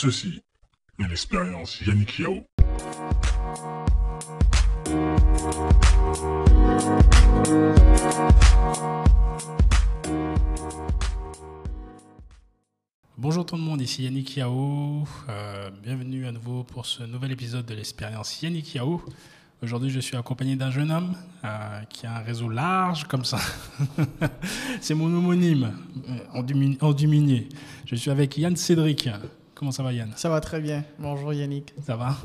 Ceci est l'expérience Yannick Yao. Bonjour tout le monde, ici Yannick Yao. Bienvenue à nouveau pour ce nouvel épisode de l'expérience Yannick Yao. Aujourd'hui, je suis accompagné d'un jeune homme qui a un réseau large comme ça. C'est mon homonyme, endiminé. Je suis avec Yann Cédric. Comment ça va, Yann? Ça va très bien. Bonjour Yannick. Ça va?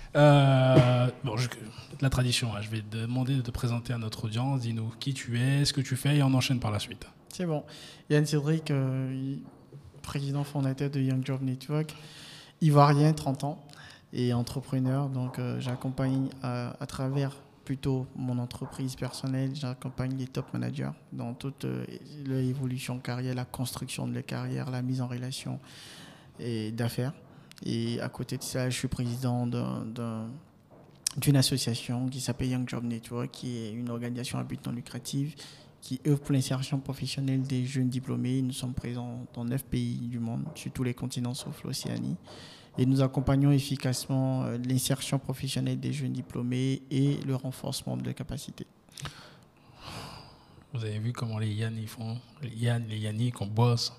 La tradition, je vais te demander de te présenter à notre audience. Dis-nous qui tu es, ce que tu fais et on enchaîne par la suite. C'est bon. Yann Cédric, président fondateur de Young Job Network, ivoirien, 30 ans, et entrepreneur. Donc, j'accompagne à travers plutôt mon entreprise personnelle, j'accompagne les top managers dans toute leur évolution de carrière, la construction de leur carrière, la mise en relation et d'affaires. Et à côté de ça, je suis président d'une association qui s'appelle Young Job Network, qui est une organisation à but non lucratif qui œuvre pour l'insertion professionnelle des jeunes diplômés. Nous sommes présents dans 9 pays du monde, sur tous les continents sauf l'Océanie. Et nous accompagnons efficacement l'insertion professionnelle des jeunes diplômés et le renforcement de leurs capacités. Vous avez vu comment les Yann ils font? Les Yann, les Yannick, on bosse.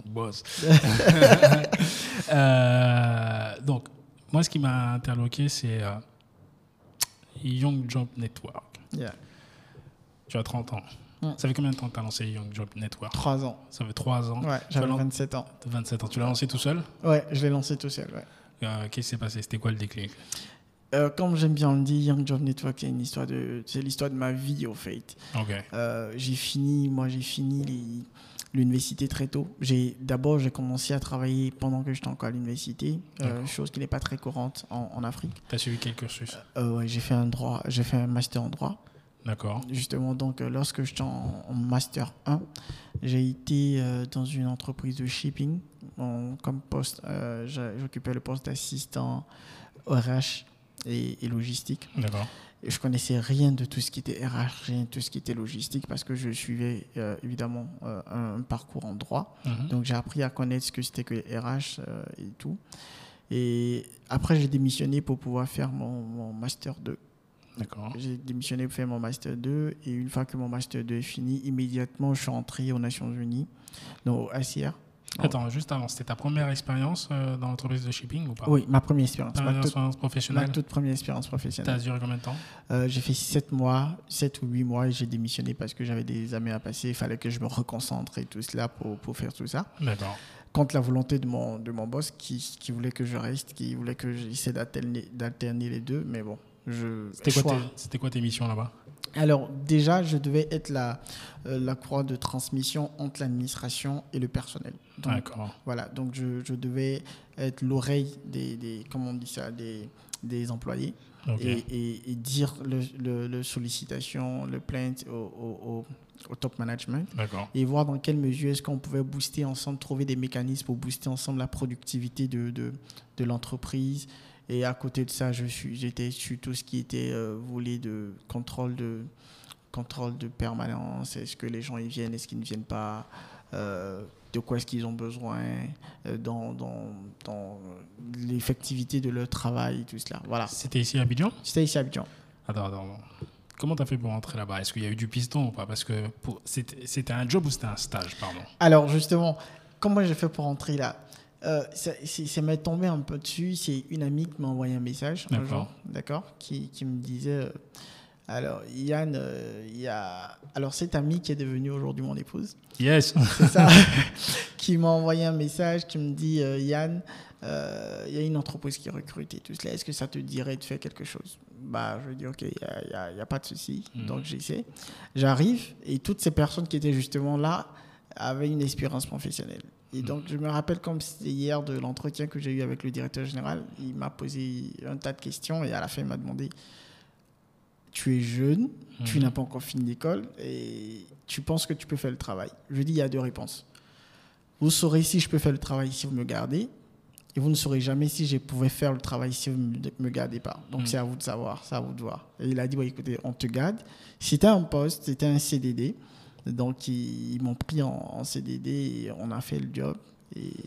Donc, moi, ce qui m'a interloqué, c'est Young Job Network. Yeah. Tu as 30 ans. Ça fait combien de temps que tu as lancé Young Job Network? 3 ans. Ça fait 3 ans. Ouais, j'avais 27 ans. 27 ans. Tu l'as lancé tout seul? Ouais, je l'ai lancé tout seul. Ouais. Qu'est-ce qui s'est passé? C'était quoi le déclic? Comme j'aime bien le dire, Young Job Network, c'est l'histoire de ma vie, au fait. Okay. J'ai fini l'université très tôt. D'abord, j'ai commencé à travailler pendant que j'étais encore à l'université, chose qui n'est pas très courante en Afrique. Tu as suivi quel cursus? Ouais, j'ai fait un master en droit. D'accord. Justement, donc, lorsque j'étais en master 1, j'ai été dans une entreprise de shipping. Comme poste, j'occupais le poste d'assistant RH et logistique. D'accord. Et je connaissais rien de tout ce qui était RH, rien de tout ce qui était logistique, parce que je suivais évidemment un parcours en droit. Mm-hmm. Donc j'ai appris à connaître ce que c'était que les RH et tout. Et après, j'ai démissionné pour pouvoir faire mon master 2. D'accord. J'ai démissionné pour faire mon master 2, et une fois que mon master 2 est fini, immédiatement je suis rentré aux Nations Unies, donc au ACR. Attends, juste avant, c'était ta première expérience dans l'entreprise de shipping ou pas? Oui, ma première expérience. Expérience professionnelle? Ma toute première expérience professionnelle. Ça a duré combien de temps? J'ai fait 7 ou 8 mois, et j'ai démissionné parce que j'avais des examens à passer. Il fallait que je me reconcentre et tout cela pour faire tout ça. D'accord. Contre la volonté de mon boss qui voulait que je reste, qui voulait que j'essaie d'alterner les deux, mais bon. C'était quoi tes missions là-bas? Alors déjà, je devais être la croix de transmission entre l'administration et le personnel. Donc, d'accord. Voilà, donc je devais être l'oreille des employés. Okay. Et dire le sollicitation, le plainte au top management. D'accord. Et voir dans quelle mesure est-ce qu'on pouvait booster ensemble, trouver des mécanismes pour booster ensemble la productivité de l'entreprise. Et à côté de ça, j'étais sur tout ce qui était volet de contrôle de permanence. Est-ce que les gens y viennent, est-ce qu'ils ne viennent pas, de quoi est-ce qu'ils ont besoin, dans l'effectivité de leur travail et tout cela. Voilà. C'était ici à Abidjan? C'était ici à Abidjan. Attends. Comment tu as fait pour rentrer là-bas? Est-ce qu'il y a eu du piston ou pas? Parce que c'était un job ou c'était un stage, pardon? Alors justement, comment j'ai fait pour rentrer là? Ça m'est tombé un peu dessus. C'est une amie qui m'a envoyé un message un jour, qui me disait alors Yann, alors cette amie qui est devenue aujourd'hui mon épouse. Yes. C'est ça. Qui m'a envoyé un message qui me dit Yann, il y a une entreprise qui recrute et tout cela. Est-ce que ça te dirait de faire quelque chose? Je dis ok, il y a pas de souci. Donc j'essaie. J'arrive et toutes ces personnes qui étaient justement là avaient une expérience professionnelle. Et donc, je me rappelle comme c'était hier de l'entretien que j'ai eu avec le directeur général. Il m'a posé un tas de questions et à la fin, il m'a demandé « Tu es jeune, tu n'as pas encore fini l'école et tu penses que tu peux faire le travail ?» Je lui ai dit « Il y a 2 réponses. Vous saurez si je peux faire le travail si vous me gardez et vous ne saurez jamais si je pouvais faire le travail si vous ne me gardez pas. Donc, c'est à vous de savoir, c'est à vous de voir. » Et il a dit « Écoutez, on te garde. C'était un poste, c'était un CDD. » Donc, ils m'ont pris en CDD et on a fait le job. Et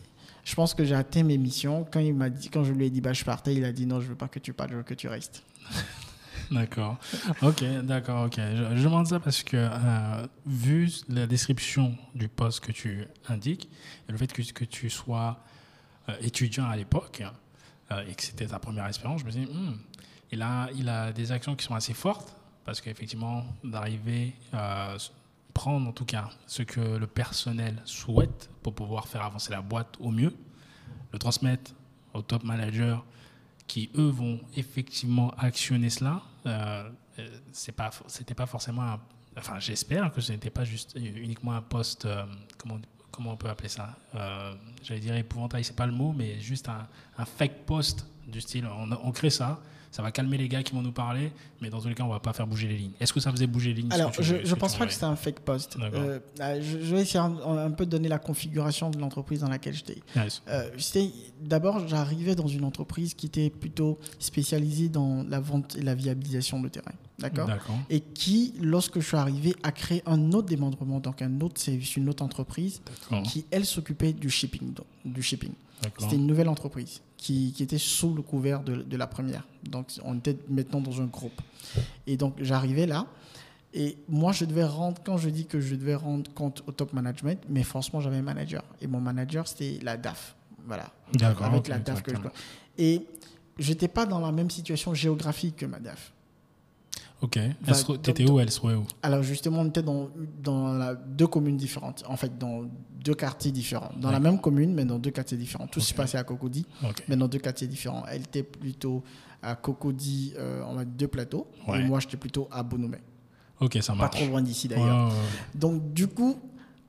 Je pense que j'ai atteint mes missions. Quand je lui ai dit je partais, il a dit non, je veux pas que tu partes, je veux que tu restes. D'accord. Ok. Je demande ça parce que, vu la description du poste que tu indiques, et le fait que tu sois étudiant à l'époque, et que c'était ta première expérience, je me suis dit, il a des actions qui sont assez fortes, parce qu'effectivement, d'arriver à prendre en tout cas ce que le personnel souhaite pour pouvoir faire avancer la boîte au mieux, le transmettre au top manager, qui, eux, vont effectivement actionner cela. C'était pas forcément enfin, j'espère que ce n'était pas juste uniquement un poste, comment on peut appeler ça, j'allais dire épouvantail, c'est pas le mot, mais juste un fake poste du style, on crée ça va calmer les gars qui vont nous parler, mais dans tous les cas, on va pas faire bouger les lignes. Est-ce que ça faisait bouger les lignes? Alors, je pense pas que c'était un fake post. Je vais essayer un peu de donner la configuration de l'entreprise dans laquelle j'étais. Nice. D'abord, j'arrivais dans une entreprise qui était plutôt spécialisée dans la vente et la viabilisation de terrain. D'accord. Et qui, lorsque je suis arrivé, a créé un autre démembrement, donc un autre service, une autre entreprise qui, elle, s'occupait du shipping. C'était une nouvelle entreprise qui était sous le couvert de la première. Donc, on était maintenant dans un groupe. Et donc, j'arrivais là. Et moi, quand je dis que je devais rendre compte au top management, mais franchement, j'avais un manager. Et mon manager, c'était la DAF. Voilà. Avec la DAF que je... Et je n'étais pas dans la même situation géographique que ma DAF. Ok. T'étais où? Elle se trouvait où? Alors justement, on était dans deux communes différentes. En fait, dans deux quartiers différents. Dans la même commune, mais dans deux quartiers différents. Tout se passait à Cocody, mais dans deux quartiers différents. Elle était plutôt à Cocody, on a deux plateaux. Et moi, j'étais plutôt à Bonomé. Ok, ça marche. Pas trop loin d'ici d'ailleurs. Donc du coup,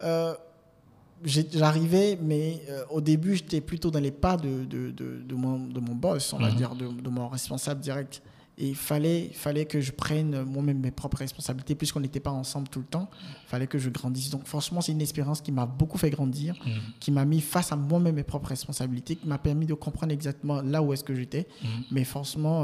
j'arrivais, mais au début, j'étais plutôt dans les pas de mon boss, on va dire, de mon responsable direct. Et il fallait que je prenne moi-même mes propres responsabilités, puisqu'on n'était pas ensemble tout le temps. Il fallait que je grandisse. Donc franchement, c'est une expérience qui m'a beaucoup fait grandir, qui m'a mis face à moi-même mes propres responsabilités, qui m'a permis de comprendre exactement là où est-ce que j'étais. Mais franchement,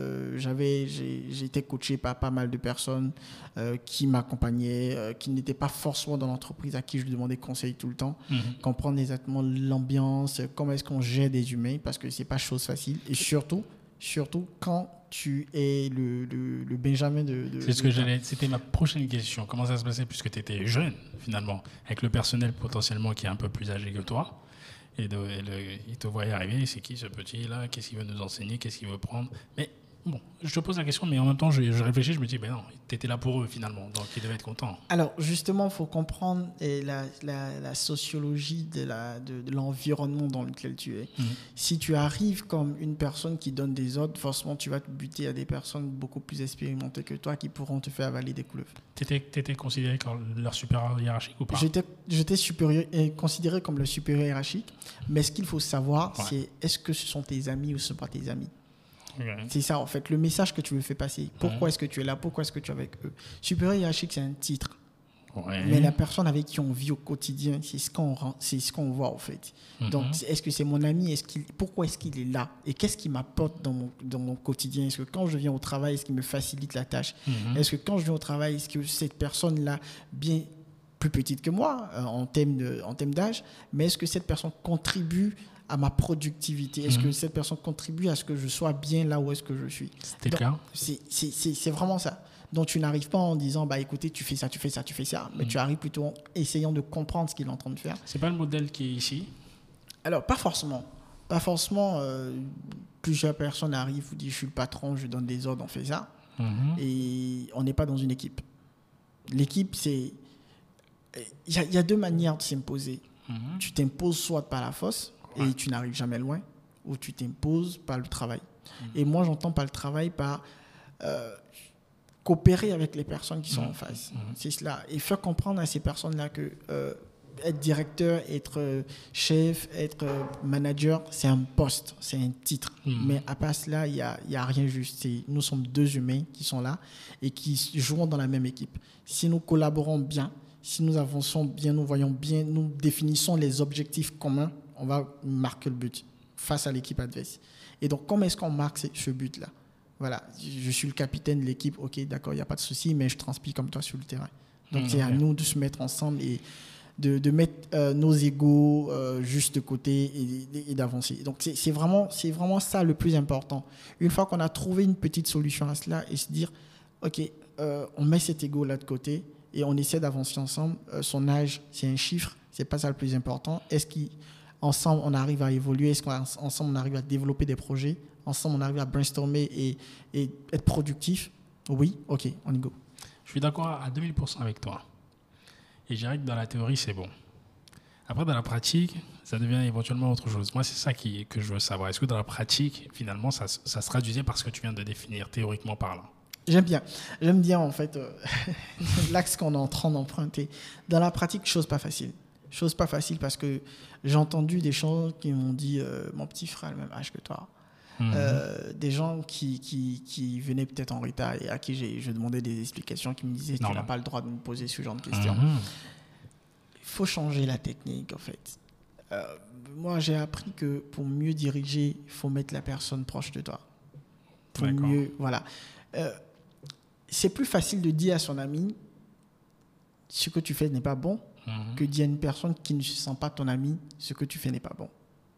j'ai été coaché par pas mal de personnes qui m'accompagnaient, qui n'étaient pas forcément dans l'entreprise, à qui je demandais conseil tout le temps. Comprendre exactement l'ambiance, comment est-ce qu'on gère des humains, parce que c'est pas chose facile. Et surtout quand tu es le Benjamin C'était ma prochaine question. Comment ça se passait puisque tu étais jeune, finalement, avec le personnel potentiellement qui est un peu plus âgé que toi, et il te voyait arriver, c'est qui ce petit-là? Qu'est-ce qu'il veut nous enseigner? Qu'est-ce qu'il veut prendre? Mais bon, je te pose la question, mais en même temps, je réfléchis, je me dis, ben non, tu étais là pour eux, finalement, donc ils devaient être contents. Alors, justement, il faut comprendre la sociologie de l'environnement dans lequel tu es. Si tu arrives comme une personne qui donne des ordres, forcément, tu vas te buter à des personnes beaucoup plus expérimentées que toi qui pourront te faire avaler des couleuvres. Tu étais considéré comme leur supérieur hiérarchique ou pas? J'étais considéré comme le supérieur hiérarchique, mais ce qu'il faut savoir, c'est est-ce que ce sont tes amis ou ce ne sont pas tes amis? C'est ça, en fait, le message que tu veux faire passer. Pourquoi est-ce que tu es là? Pourquoi est-ce que tu es avec eux? Supérieur hiérarchique, c'est un titre. Mais la personne avec qui on vit au quotidien, c'est ce qu'on voit, en fait. Donc, est-ce que c'est mon ami? Pourquoi est-ce qu'il est là? Et qu'est-ce qu'il m'apporte dans mon quotidien? Est-ce que quand je viens au travail, est-ce qu'il me facilite la tâche? Est-ce que quand je viens au travail, est-ce que cette personne-là, bien plus petite que moi, en termes d'âge, mais est-ce que cette personne contribue à ma productivité? Est-ce que cette personne contribue à ce que je sois bien là où est-ce que je suis? C'était le cas. C'est vraiment ça. Donc, tu n'arrives pas en disant, écoutez, tu fais ça, mais tu arrives plutôt en essayant de comprendre ce qu'il est en train de faire. C'est pas le modèle qui est ici? Alors, pas forcément. Pas forcément. Plusieurs personnes arrivent, vous disent, je suis le patron, je donne des ordres, on fait ça. Et on n'est pas dans une équipe. L'équipe, c'est... Il y a deux manières de s'imposer. Tu t'imposes soit par la force, et tu n'arrives jamais loin, ou tu t'imposes par le travail. Et moi, j'entends par le travail par coopérer avec les personnes qui sont en face. C'est cela. Et faire comprendre à ces personnes-là que être directeur, être chef, être manager, c'est un poste, c'est un titre. Mais à part cela, il y a rien juste. Nous sommes deux humains qui sont là et qui jouons dans la même équipe. Si nous collaborons bien, si nous avançons bien, nous voyons bien, nous définissons les objectifs communs, on va marquer le but face à l'équipe adverse. Et donc, comment est-ce qu'on marque ce but-là? Voilà, je suis le capitaine de l'équipe, ok, d'accord, il n'y a pas de souci, mais je transpire comme toi sur le terrain. Donc, c'est à nous de se mettre ensemble et de mettre nos égos juste de côté et d'avancer. Donc, c'est vraiment ça le plus important. Une fois qu'on a trouvé une petite solution à cela et se dire, OK, on met cet égo-là de côté et on essaie d'avancer ensemble. Son âge, c'est un chiffre, c'est pas ça le plus important. Est-ce qu'ensemble, on arrive à évoluer? Est-ce qu'ensemble, on arrive à développer des projets? Ensemble, on arrive à brainstormer et être productif? Oui, OK, on y go. Je suis d'accord à 2000% avec toi. Et je dirais que dans la théorie, c'est bon. Après, dans la pratique, ça devient éventuellement autre chose. Moi, c'est ça que je veux savoir. Est-ce que dans la pratique, finalement, ça se traduisait par ce que tu viens de définir, théoriquement parlant? J'aime bien en fait l'axe qu'on est en train d'emprunter. Dans la pratique, chose pas facile parce que j'ai entendu des gens qui m'ont dit mon petit frère a le même âge que toi. Des gens qui venaient peut-être en retard et à qui je demandais des explications, qui me disaient tu n'as pas le droit de me poser ce genre de questions. Il faut changer la technique en fait. Moi j'ai appris que pour mieux diriger, il faut mettre la personne proche de toi. Pour mieux, voilà. C'est plus facile de dire à son ami ce que tu fais n'est pas bon que dire à une personne qui ne se sent pas ton ami ce que tu fais n'est pas bon.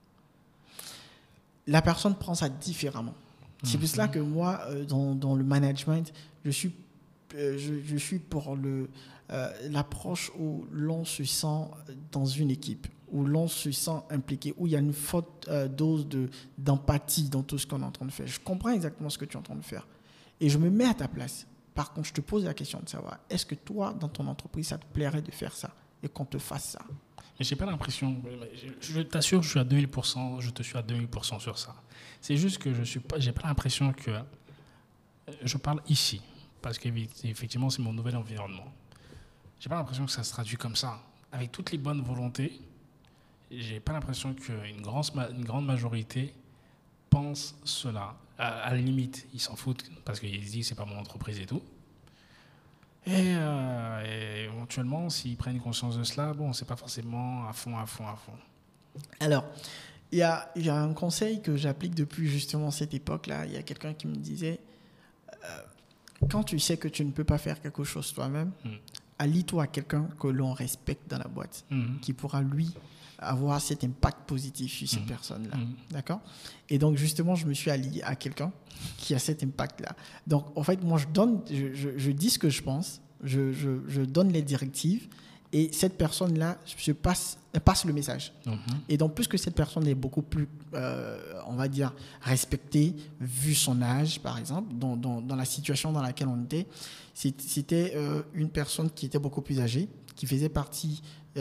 La personne prend ça différemment. C'est pour cela que moi, dans le management, je suis pour l'approche où l'on se sent dans une équipe, où l'on se sent impliqué, où il y a une forte dose d'empathie dans tout ce qu'on est en train de faire. Je comprends exactement ce que tu es en train de faire. Et je me mets à ta place. Par contre, je te pose la question de savoir, est-ce que toi, dans ton entreprise, ça te plairait de faire ça et qu'on te fasse ça? Mais j'ai pas l'impression, je t'assure, je suis à 2000%, je te suis à 2000% sur ça. C'est juste que j'ai pas l'impression que, je parle ici, parce qu'effectivement, c'est mon nouvel environnement. J'ai pas l'impression que ça se traduit comme ça. Avec toutes les bonnes volontés, j'ai pas l'impression qu'une grande majorité pense cela. À la limite, ils s'en foutent parce qu'ils se disent c'est pas mon entreprise et tout. Et éventuellement, s'ils prennent conscience de cela, bon, c'est pas forcément à fond. Alors, il y a un conseil que j'applique depuis justement cette époque-là. Il y a quelqu'un qui me disait, quand tu sais que tu ne peux pas faire quelque chose toi-même, allie-toi à quelqu'un que l'on respecte dans la boîte, qui pourra lui avoir cet impact positif sur cette personne-là. D'accord? Et donc, justement, je me suis allié à quelqu'un qui a cet impact-là. Donc, en fait, moi, je dis ce que je pense, je donne les directives et cette personne-là passe le message. Et donc, puisque cette personne est beaucoup plus, on va dire, respectée, vu son âge, par exemple, dans la situation dans laquelle on était, c'était une personne qui était beaucoup plus âgée, qui faisait partie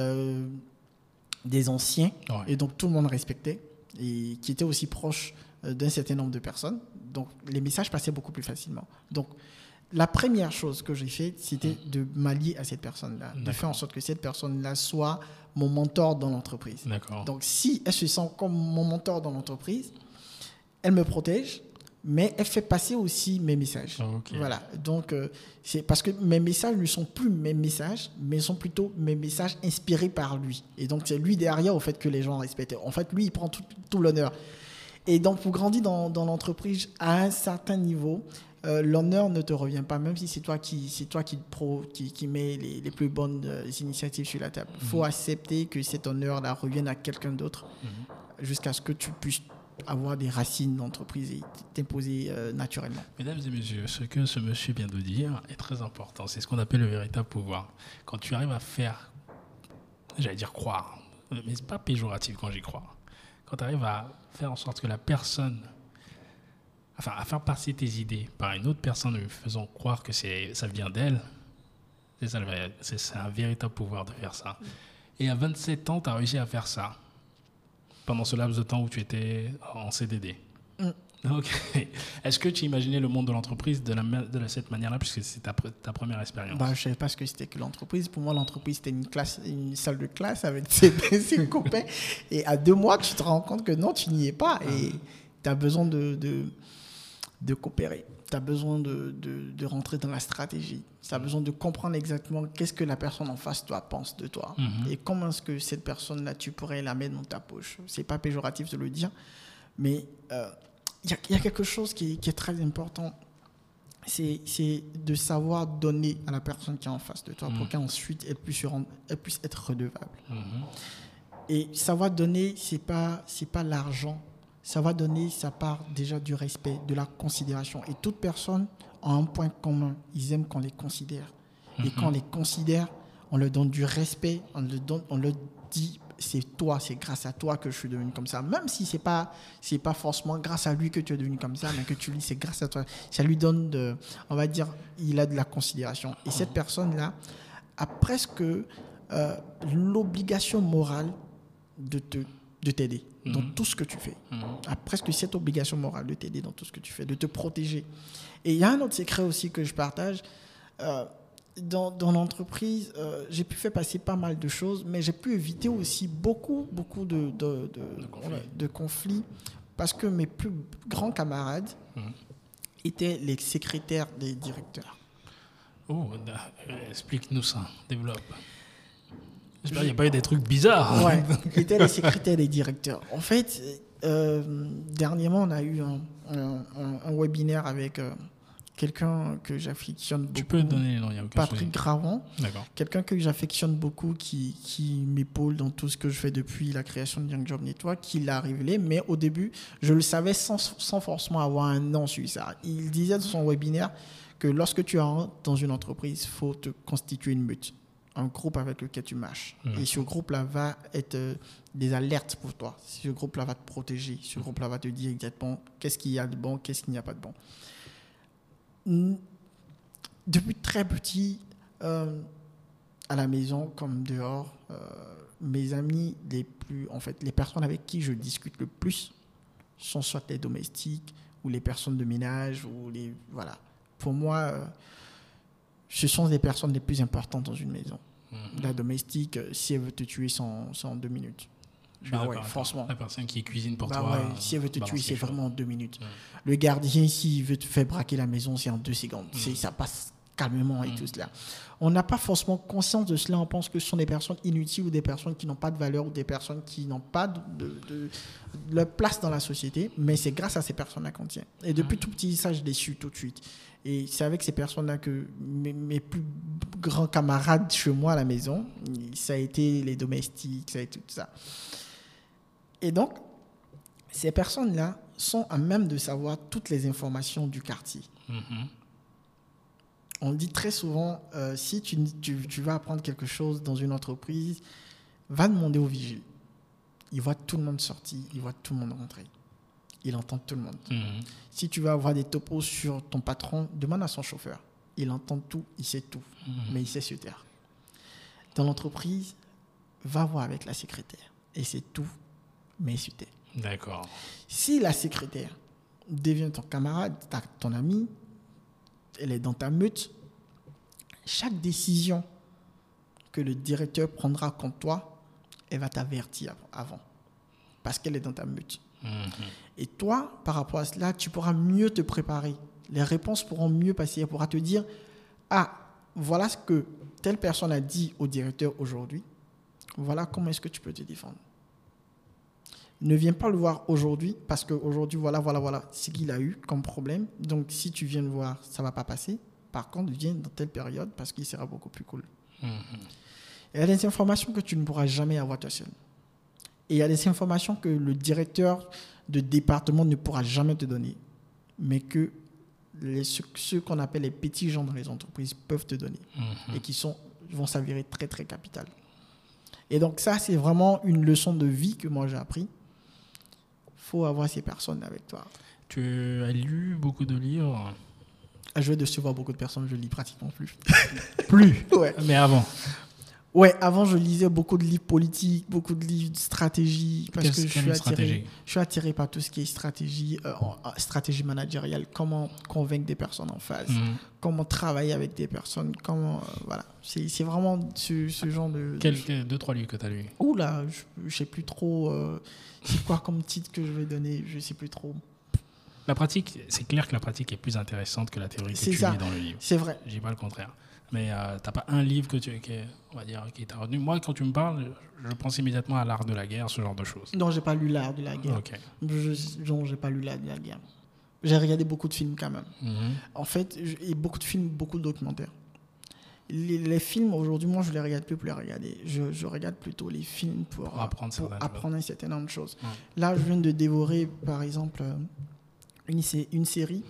des anciens, et donc tout le monde respectait, et qui était aussi proche d'un certain nombre de personnes. Donc, les messages passaient beaucoup plus facilement. Donc, la première chose que j'ai faite, c'était de m'allier à cette personne-là, de faire en sorte que cette personne-là soit mon mentor dans l'entreprise. Donc, si elle se sent comme mon mentor dans l'entreprise, elle me protège, mais elle fait passer aussi mes messages. Voilà. Donc, c'est parce que mes messages ne sont plus mes messages, mais sont plutôt mes messages inspirés par lui. Et donc, c'est lui derrière, au fait, que les gens respectent. En fait, lui, il prend tout l'honneur. Et donc, pour grandir dans l'entreprise à un certain niveau, l'honneur ne te revient pas, même si c'est toi qui met les plus bonnes initiatives sur la table. Il faut accepter que cet honneur-là revienne à quelqu'un d'autre jusqu'à ce que tu puisses avoir des racines d'entreprise et t'imposer naturellement. Mesdames et messieurs, ce que ce monsieur vient de dire est très important. C'est ce qu'on appelle le véritable pouvoir. Quand tu arrives à faire, j'allais dire croire, mais c'est pas péjoratif quand j'y crois. Quand tu arrives à faire en sorte que la personne, enfin à faire passer tes idées par une autre personne en lui faisant croire que ça vient d'elle, c'est un véritable pouvoir de faire ça. Et à 27 ans, tu as réussi à faire ça. Pendant ce laps de temps où tu étais en CDD. Ok. Est-ce que tu imaginais le monde de l'entreprise de cette manière-là, puisque c'est ta première expérience? Je ne savais pas ce que c'était que l'entreprise. Pour moi, l'entreprise, c'était une salle de classe avec ses copains. Et à 2 mois, tu te rends compte que non, tu n'y es pas. Et tu as besoin de coopérer. Tu as besoin de rentrer dans la stratégie. Tu as besoin de comprendre exactement qu'est-ce que la personne en face de toi pense de toi. Et comment est-ce que cette personne-là, tu pourrais la mettre dans ta poche. Ce n'est pas péjoratif de le dire, mais il y a quelque chose qui est très important c'est de savoir donner à la personne qui est en face de toi pour qu'ensuite elle puisse être redevable. Et savoir donner, c'est pas l'argent. Savoir donner, ça part déjà du respect, de la considération. Et toute personne a un point commun. Ils aiment qu'on les considère. Et quand on les considère, on leur donne du respect, on leur dit c'est toi, c'est grâce à toi que je suis devenu comme ça. Même si c'est pas forcément grâce à lui que tu es devenu comme ça, mais que tu lui, c'est grâce à toi. Ça lui donne on va dire, il a de la considération. Et cette personne-là a presque l'obligation morale de t'aider dans tout ce que tu fais. A presque cette obligation morale de t'aider dans tout ce que tu fais, de te protéger. Et il y a un autre secret aussi que je partage. Dans l'entreprise, j'ai pu faire passer pas mal de choses, mais j'ai pu éviter aussi beaucoup de conflits parce que mes plus grands camarades étaient les secrétaires des directeurs. Oh, explique-nous ça, développe. J'espère qu'il n'y a pas eu des trucs bizarres. Ouais, ils étaient les secrétaires des directeurs. En fait, dernièrement, on a eu un webinaire avec quelqu'un que j'affectionne beaucoup. Tu peux donner les noms, il n'y a aucun Patrick souci. Gravant. D'accord. Quelqu'un que j'affectionne beaucoup, qui m'épaule dans tout ce que je fais depuis la création de Young Job Network, qui l'a révélé. Mais au début, je le savais sans forcément avoir un nom sur ça. Il disait dans son webinaire que lorsque tu entres dans une entreprise, il faut te constituer une meute, un groupe avec lequel tu marches. Et ce groupe-là va être des alertes pour toi. Ce groupe-là va te protéger. Ce groupe-là va te dire exactement qu'est-ce qu'il y a de bon, qu'est-ce qu'il n'y a pas de bon. Depuis très petit, à la maison comme dehors, mes amis les personnes avec qui je discute le plus sont soit les domestiques ou les personnes de ménage voilà. Pour moi, ce sont les personnes les plus importantes dans une maison. La domestique, si elle veut te tuer, c'est en 2 minutes. Franchement. La personne qui cuisine pour toi. toi. Si elle veut te tuer, c'est vraiment en 2 minutes. Le gardien, s'il veut te faire braquer la maison, c'est en 2 secondes. Ça passe calmement et tout cela. On n'a pas forcément conscience de cela. On pense que ce sont des personnes inutiles ou des personnes qui n'ont pas de valeur ou des personnes qui n'ont pas de leur place dans la société. Mais c'est grâce à ces personnes-là qu'on tient. Et depuis tout petit, ça, je l'ai su tout de suite. Et c'est avec ces personnes-là que mes plus grands camarades chez moi à la maison, ça a été les domestiques, ça a été tout ça. Et donc, ces personnes-là sont à même de savoir toutes les informations du quartier. On dit très souvent, si tu vas apprendre quelque chose dans une entreprise, va demander au vigile. Il voit tout le monde sortir, il voit tout le monde rentrer. Il entend tout le monde. Si tu vas avoir des topos sur ton patron, demande à son chauffeur. Il entend tout, il sait tout, mais il sait se taire. Dans l'entreprise, va voir avec la secrétaire. Et c'est tout, mais il se tait. D'accord. Si la secrétaire devient ton camarade, ton ami, elle est dans ta meute, chaque décision que le directeur prendra contre toi, elle va t'avertir avant. Parce qu'elle est dans ta meute. Et toi, par rapport à cela, tu pourras mieux te préparer. Les réponses pourront mieux passer. Elle pourra te dire, voilà ce que telle personne a dit au directeur aujourd'hui. Voilà comment est-ce que tu peux te défendre. Ne viens pas le voir aujourd'hui parce qu'aujourd'hui, voilà ce qu'il a eu comme problème. Donc, si tu viens le voir, ça ne va pas passer. Par contre, viens dans telle période parce qu'il sera beaucoup plus cool. Il y a des informations que tu ne pourras jamais avoir toi seul. Et il y a des informations que le directeur de département ne pourra jamais te donner, mais que ceux qu'on appelle les petits gens dans les entreprises peuvent te donner et qui vont s'avérer très, très capitales. Et donc ça, c'est vraiment une leçon de vie que moi j'ai appris. Il faut avoir ces personnes avec toi. Tu as lu beaucoup de livres? Je vais recevoir beaucoup de personnes, je lis pratiquement plus. Plus? Ouais. Mais avant? Ouais, avant je lisais beaucoup de livres politiques, beaucoup de livres de stratégie, parce que je suis attiré par tout ce qui est stratégie managériale, comment convaincre des personnes en face, comment travailler avec des personnes, voilà. C'est vraiment ce genre de... Quels 2-3 livres que tu as lus? Oula, je sais plus trop. C'est quoi comme titre que je vais donner? Je sais plus trop. La pratique, c'est clair que la pratique est plus intéressante que la théorie que tu lis dans le livre. C'est vrai. Je dis pas le contraire. Mais t'as pas un livre qui t'a retenu. Moi, quand tu me parles, je pense immédiatement à l'art de la guerre, ce genre de choses. Non, j'ai pas lu l'art de la guerre. Okay. Non, j'ai pas lu l'art de la guerre. J'ai regardé beaucoup de films quand même. Mhm. En fait, et beaucoup de films, beaucoup de documentaires. Les films, aujourd'hui, moi, je ne les regarde plus pour les regarder. Je regarde plutôt les films pour apprendre un certain nombre de choses. Ouais. Là, je viens de dévorer, par exemple, une série.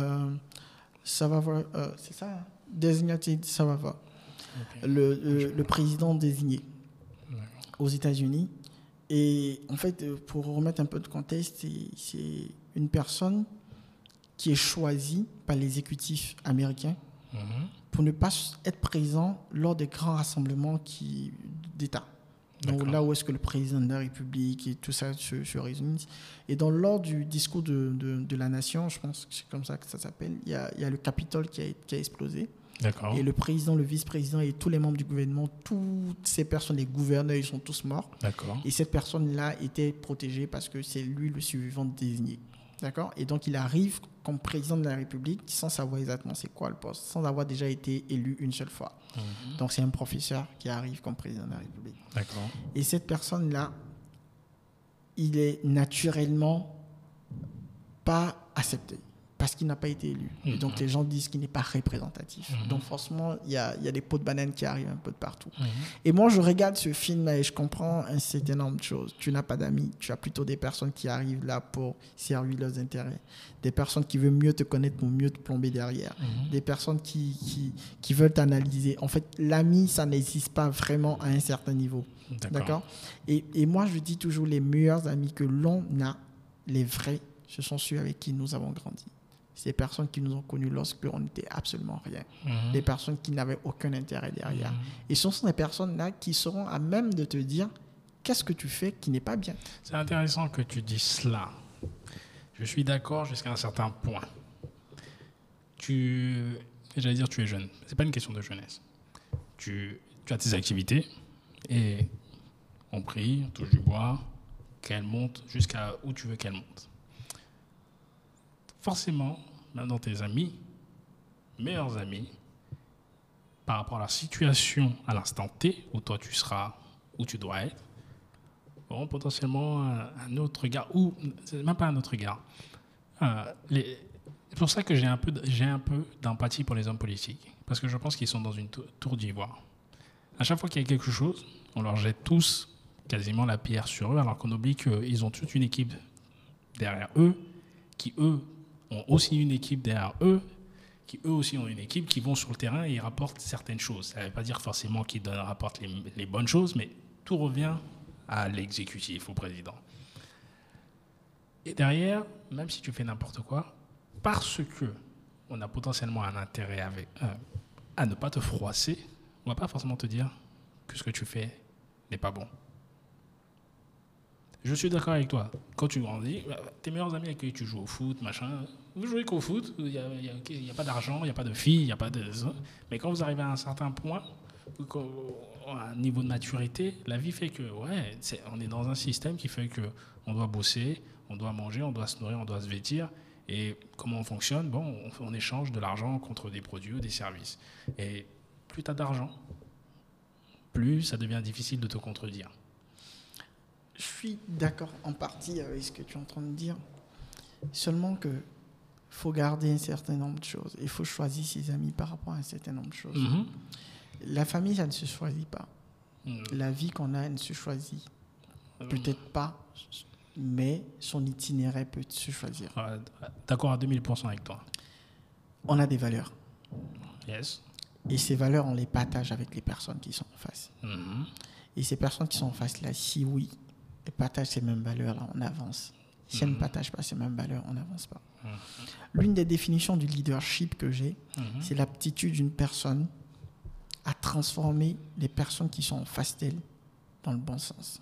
Savava, c'est ça, hein? Designated Savava. Ok. Le président désigné D'accord. aux États-Unis. Et en fait, pour remettre un peu de contexte, c'est une personne qui est choisie par l'exécutif américain Mhm. pour ne pas être présent lors des grands rassemblements d'État. Donc D'accord. là où est-ce que le président de la République et tout ça se réunissent. Et donc lors du discours de la nation, je pense que c'est comme ça que ça s'appelle, il y a le Capitole qui a explosé. D'accord. Et le président, le vice-président et tous les membres du gouvernement, toutes ces personnes, les gouverneurs, ils sont tous morts. D'accord. Et cette personne-là était protégée parce que c'est lui le survivant désigné. D'accord ? Et donc, il arrive comme président de la République sans savoir exactement c'est quoi le poste, sans avoir déjà été élu une seule fois. Mhm. Donc, c'est un professeur qui arrive comme président de la République. D'accord. Et cette personne-là, il est naturellement pas accepté parce qu'il n'a pas été élu. Et donc, les gens disent qu'il n'est pas représentatif. Donc, forcément, il y a des pots de banane qui arrivent un peu de partout. Et moi, je regarde ce film-là et je comprends un certain nombre de choses. Tu n'as pas d'amis, tu as plutôt des personnes qui arrivent là pour servir leurs intérêts. Des personnes qui veulent mieux te connaître pour mieux te plomber derrière. Des personnes qui veulent t'analyser. En fait, l'ami, ça n'existe pas vraiment à un certain niveau. D'accord ? Et moi, je dis toujours, les meilleurs amis que l'on a, les vrais, ce sont ceux avec qui nous avons grandi. Ces personnes qui nous ont connus lorsqu'on n'était absolument rien. Des personnes qui n'avaient aucun intérêt derrière. Et ce sont des personnes-là qui seront à même de te dire qu'est-ce que tu fais qui n'est pas bien. C'est intéressant que tu dises cela. Je suis d'accord jusqu'à un certain point. J'allais dire tu es jeune. C'est pas une question de jeunesse. Tu as tes activités et on prie, on touche du bois, qu'elle monte jusqu'à où tu veux qu'elle monte. Forcément, même dans tes amis, meilleurs amis, par rapport à la situation à l'instant T, où toi tu seras, où tu dois être, auront potentiellement un autre regard, ou c'est même pas un autre regard. C'est pour ça que j'ai un peu d'empathie pour les hommes politiques, parce que je pense qu'ils sont dans une tour d'ivoire. À chaque fois qu'il y a quelque chose, on leur jette tous quasiment la pierre sur eux, alors qu'on oublie qu'ils ont toute une équipe derrière eux, qui eux ont aussi une équipe derrière eux, qui eux aussi ont une équipe, qui vont sur le terrain et ils rapportent certaines choses. Ça ne veut pas dire forcément qu'ils rapportent les bonnes choses, mais tout revient à l'exécutif, au président. Et derrière, même si tu fais n'importe quoi, parce que on a potentiellement un intérêt à ne pas te froisser, on ne va pas forcément te dire que ce que tu fais n'est pas bon. Je suis d'accord avec toi. Quand tu grandis, tes meilleurs amis avec qui tu joues au foot, machin, vous jouez qu'au foot, il n'y a pas d'argent, il n'y a pas de filles, il n'y a pas de... Mais quand vous arrivez à un certain point, à un niveau de maturité, la vie fait que, on est dans un système qui fait qu'on doit bosser, on doit manger, on doit se nourrir, on doit se vêtir. Et comment on fonctionne ? Bon, on échange de l'argent contre des produits ou des services. Et plus tu as d'argent, plus ça devient difficile de te contredire. Je suis d'accord en partie avec ce que tu es en train de dire. Seulement que faut garder un certain nombre de choses. Il faut choisir ses amis par rapport à un certain nombre de choses. La famille, ça ne se choisit pas. La vie qu'on a, elle ne se choisit peut-être pas, mais son itinéraire peut se choisir. D'accord à 2000% avec toi. On a des valeurs. Yes. Et ces valeurs, on les partage avec les personnes qui sont en face. Et ces personnes qui sont en face, là, si oui, elles partagent ces mêmes valeurs-là, on avance. Si elles ne partagent pas ces mêmes valeurs, on n'avance pas. L'une des définitions du leadership que j'ai, c'est l'aptitude d'une personne à transformer les personnes qui sont en face d'elle dans le bon sens.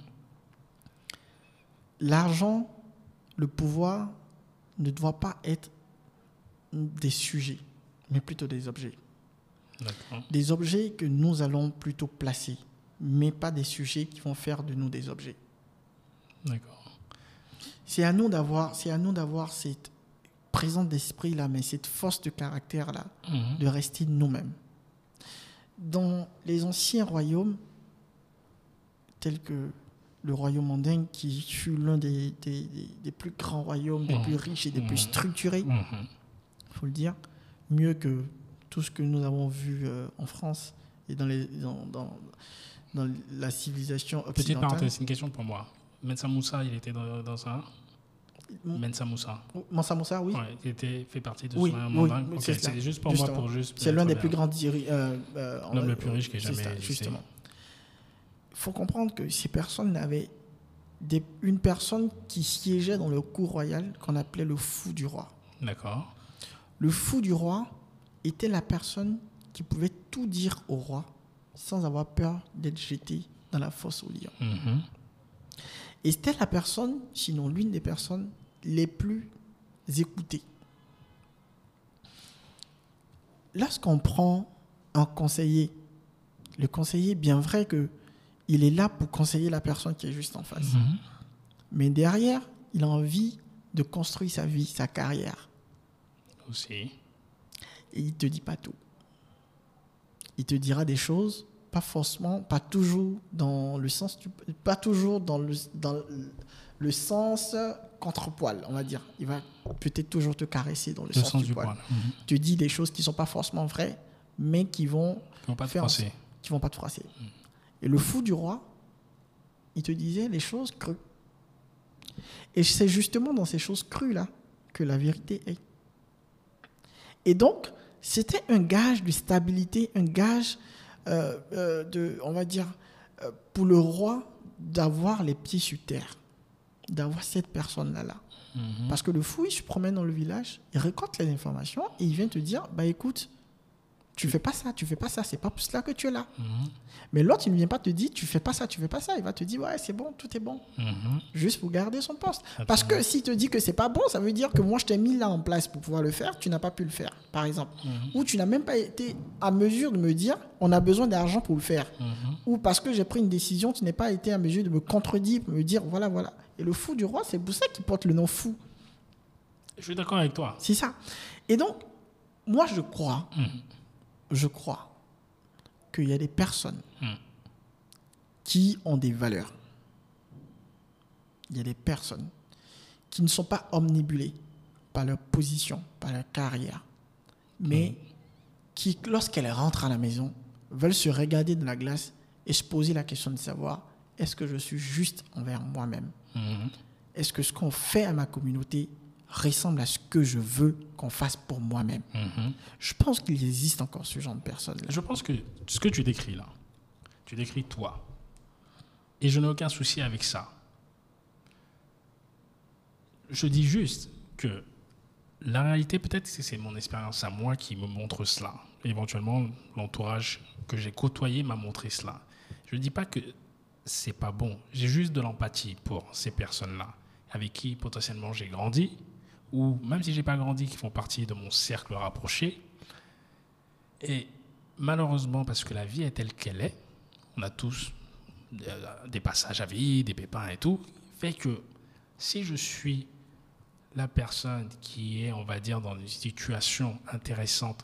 L'argent, le pouvoir ne doit pas être des sujets, mais plutôt des objets. D'accord. Des objets que nous allons plutôt placer, mais pas des sujets qui vont faire de nous des objets. D'accord. C'est à nous d'avoir cette présence d'esprit-là, mais cette force de caractère-là, de rester nous-mêmes. Dans les anciens royaumes, tels que le royaume mandingue qui fut l'un des plus grands royaumes, des plus riches et des plus structurés, il faut le dire, mieux que tout ce que nous avons vu en France et dans la civilisation occidentale. Petite parenthèse, c'est une question pour moi. Mensa Moussa, il était dans ça. Mensa Moussa. Mansa Moussa, oui. Ouais, il fait partie de Oui, ce oui, mandingue. oui, Okay, c'est juste pour moi, c'est l'un des plus grands l'homme le plus riche qui ait jamais existé. Justement. Il faut comprendre que ces personnes avaient une personne qui siégeait dans le cour royal qu'on appelait le fou du roi. D'accord. Le fou du roi était la personne qui pouvait tout dire au roi sans avoir peur d'être jeté dans la fosse aux lions. Et c'était la personne, sinon l'une des personnes les plus écoutées. Lorsqu'on prend un conseiller, le conseiller, bien vrai qu'il est là pour conseiller la personne qui est juste en face. Mais derrière, il a envie de construire sa vie, sa carrière. Aussi. Et il ne te dit pas tout. Il te dira des choses, pas forcément, pas toujours dans le sens, pas toujours dans le sens contrepoil, on va dire. Il va peut-être toujours te caresser dans le sens du poil. Il te dit des choses qui ne sont pas forcément vraies, mais qui vont pas te froisser. Qui vont pas te froisser. Et le fou du roi, il te disait les choses crues. Et c'est justement dans ces choses crues-là que la vérité est. Et donc, c'était un gage de stabilité, un gage on va dire, pour le roi d'avoir les pieds sur terre, d'avoir cette personne-là. Parce que le fou, il se promène dans le village, il récolte les informations et il vient te dire, bah écoute, tu fais pas ça, c'est pas pour cela que tu es là. Mais l'autre, il ne vient pas te dire, tu fais pas ça, il va te dire, ouais, c'est bon, tout est bon. Juste pour garder son poste. Absolument. Parce que s'il te dit que c'est pas bon, ça veut dire que moi, je t'ai mis là en place pour pouvoir le faire, tu n'as pas pu le faire, par exemple. Ou tu n'as même pas été à mesure de me dire, on a besoin d'argent pour le faire. Ou parce que j'ai pris une décision, tu n'es pas été à mesure de me contredire, pour me dire, voilà. Et le fou du roi, c'est pour ça qu'il porte le nom fou. Je suis d'accord avec toi. C'est ça. Et donc, moi, je crois qu'il y a des personnes qui ont des valeurs. Il y a des personnes qui ne sont pas omnibulées par leur position, par leur carrière, mais qui, lorsqu'elles rentrent à la maison, veulent se regarder dans la glace et se poser la question de savoir, est-ce que je suis juste envers moi-même? Est-ce que ce qu'on fait à ma communauté ressemble à ce que je veux qu'on fasse pour moi-même? Je pense qu'il existe encore ce genre de personnes. Je pense que ce que tu décris là, tu décris toi. Et je n'ai aucun souci avec ça. Je dis juste que la réalité, peut-être que c'est mon expérience à moi qui me montre cela. Éventuellement, l'entourage que j'ai côtoyé m'a montré cela. Je ne dis pas que c'est pas bon. J'ai juste de l'empathie pour ces personnes-là, avec qui potentiellement j'ai grandi, ou même si je n'ai pas grandi, qui font partie de mon cercle rapproché. Et malheureusement, parce que la vie est telle qu'elle est, on a tous des passages à vie, des pépins et tout, fait que si je suis la personne qui est, on va dire, dans une situation intéressante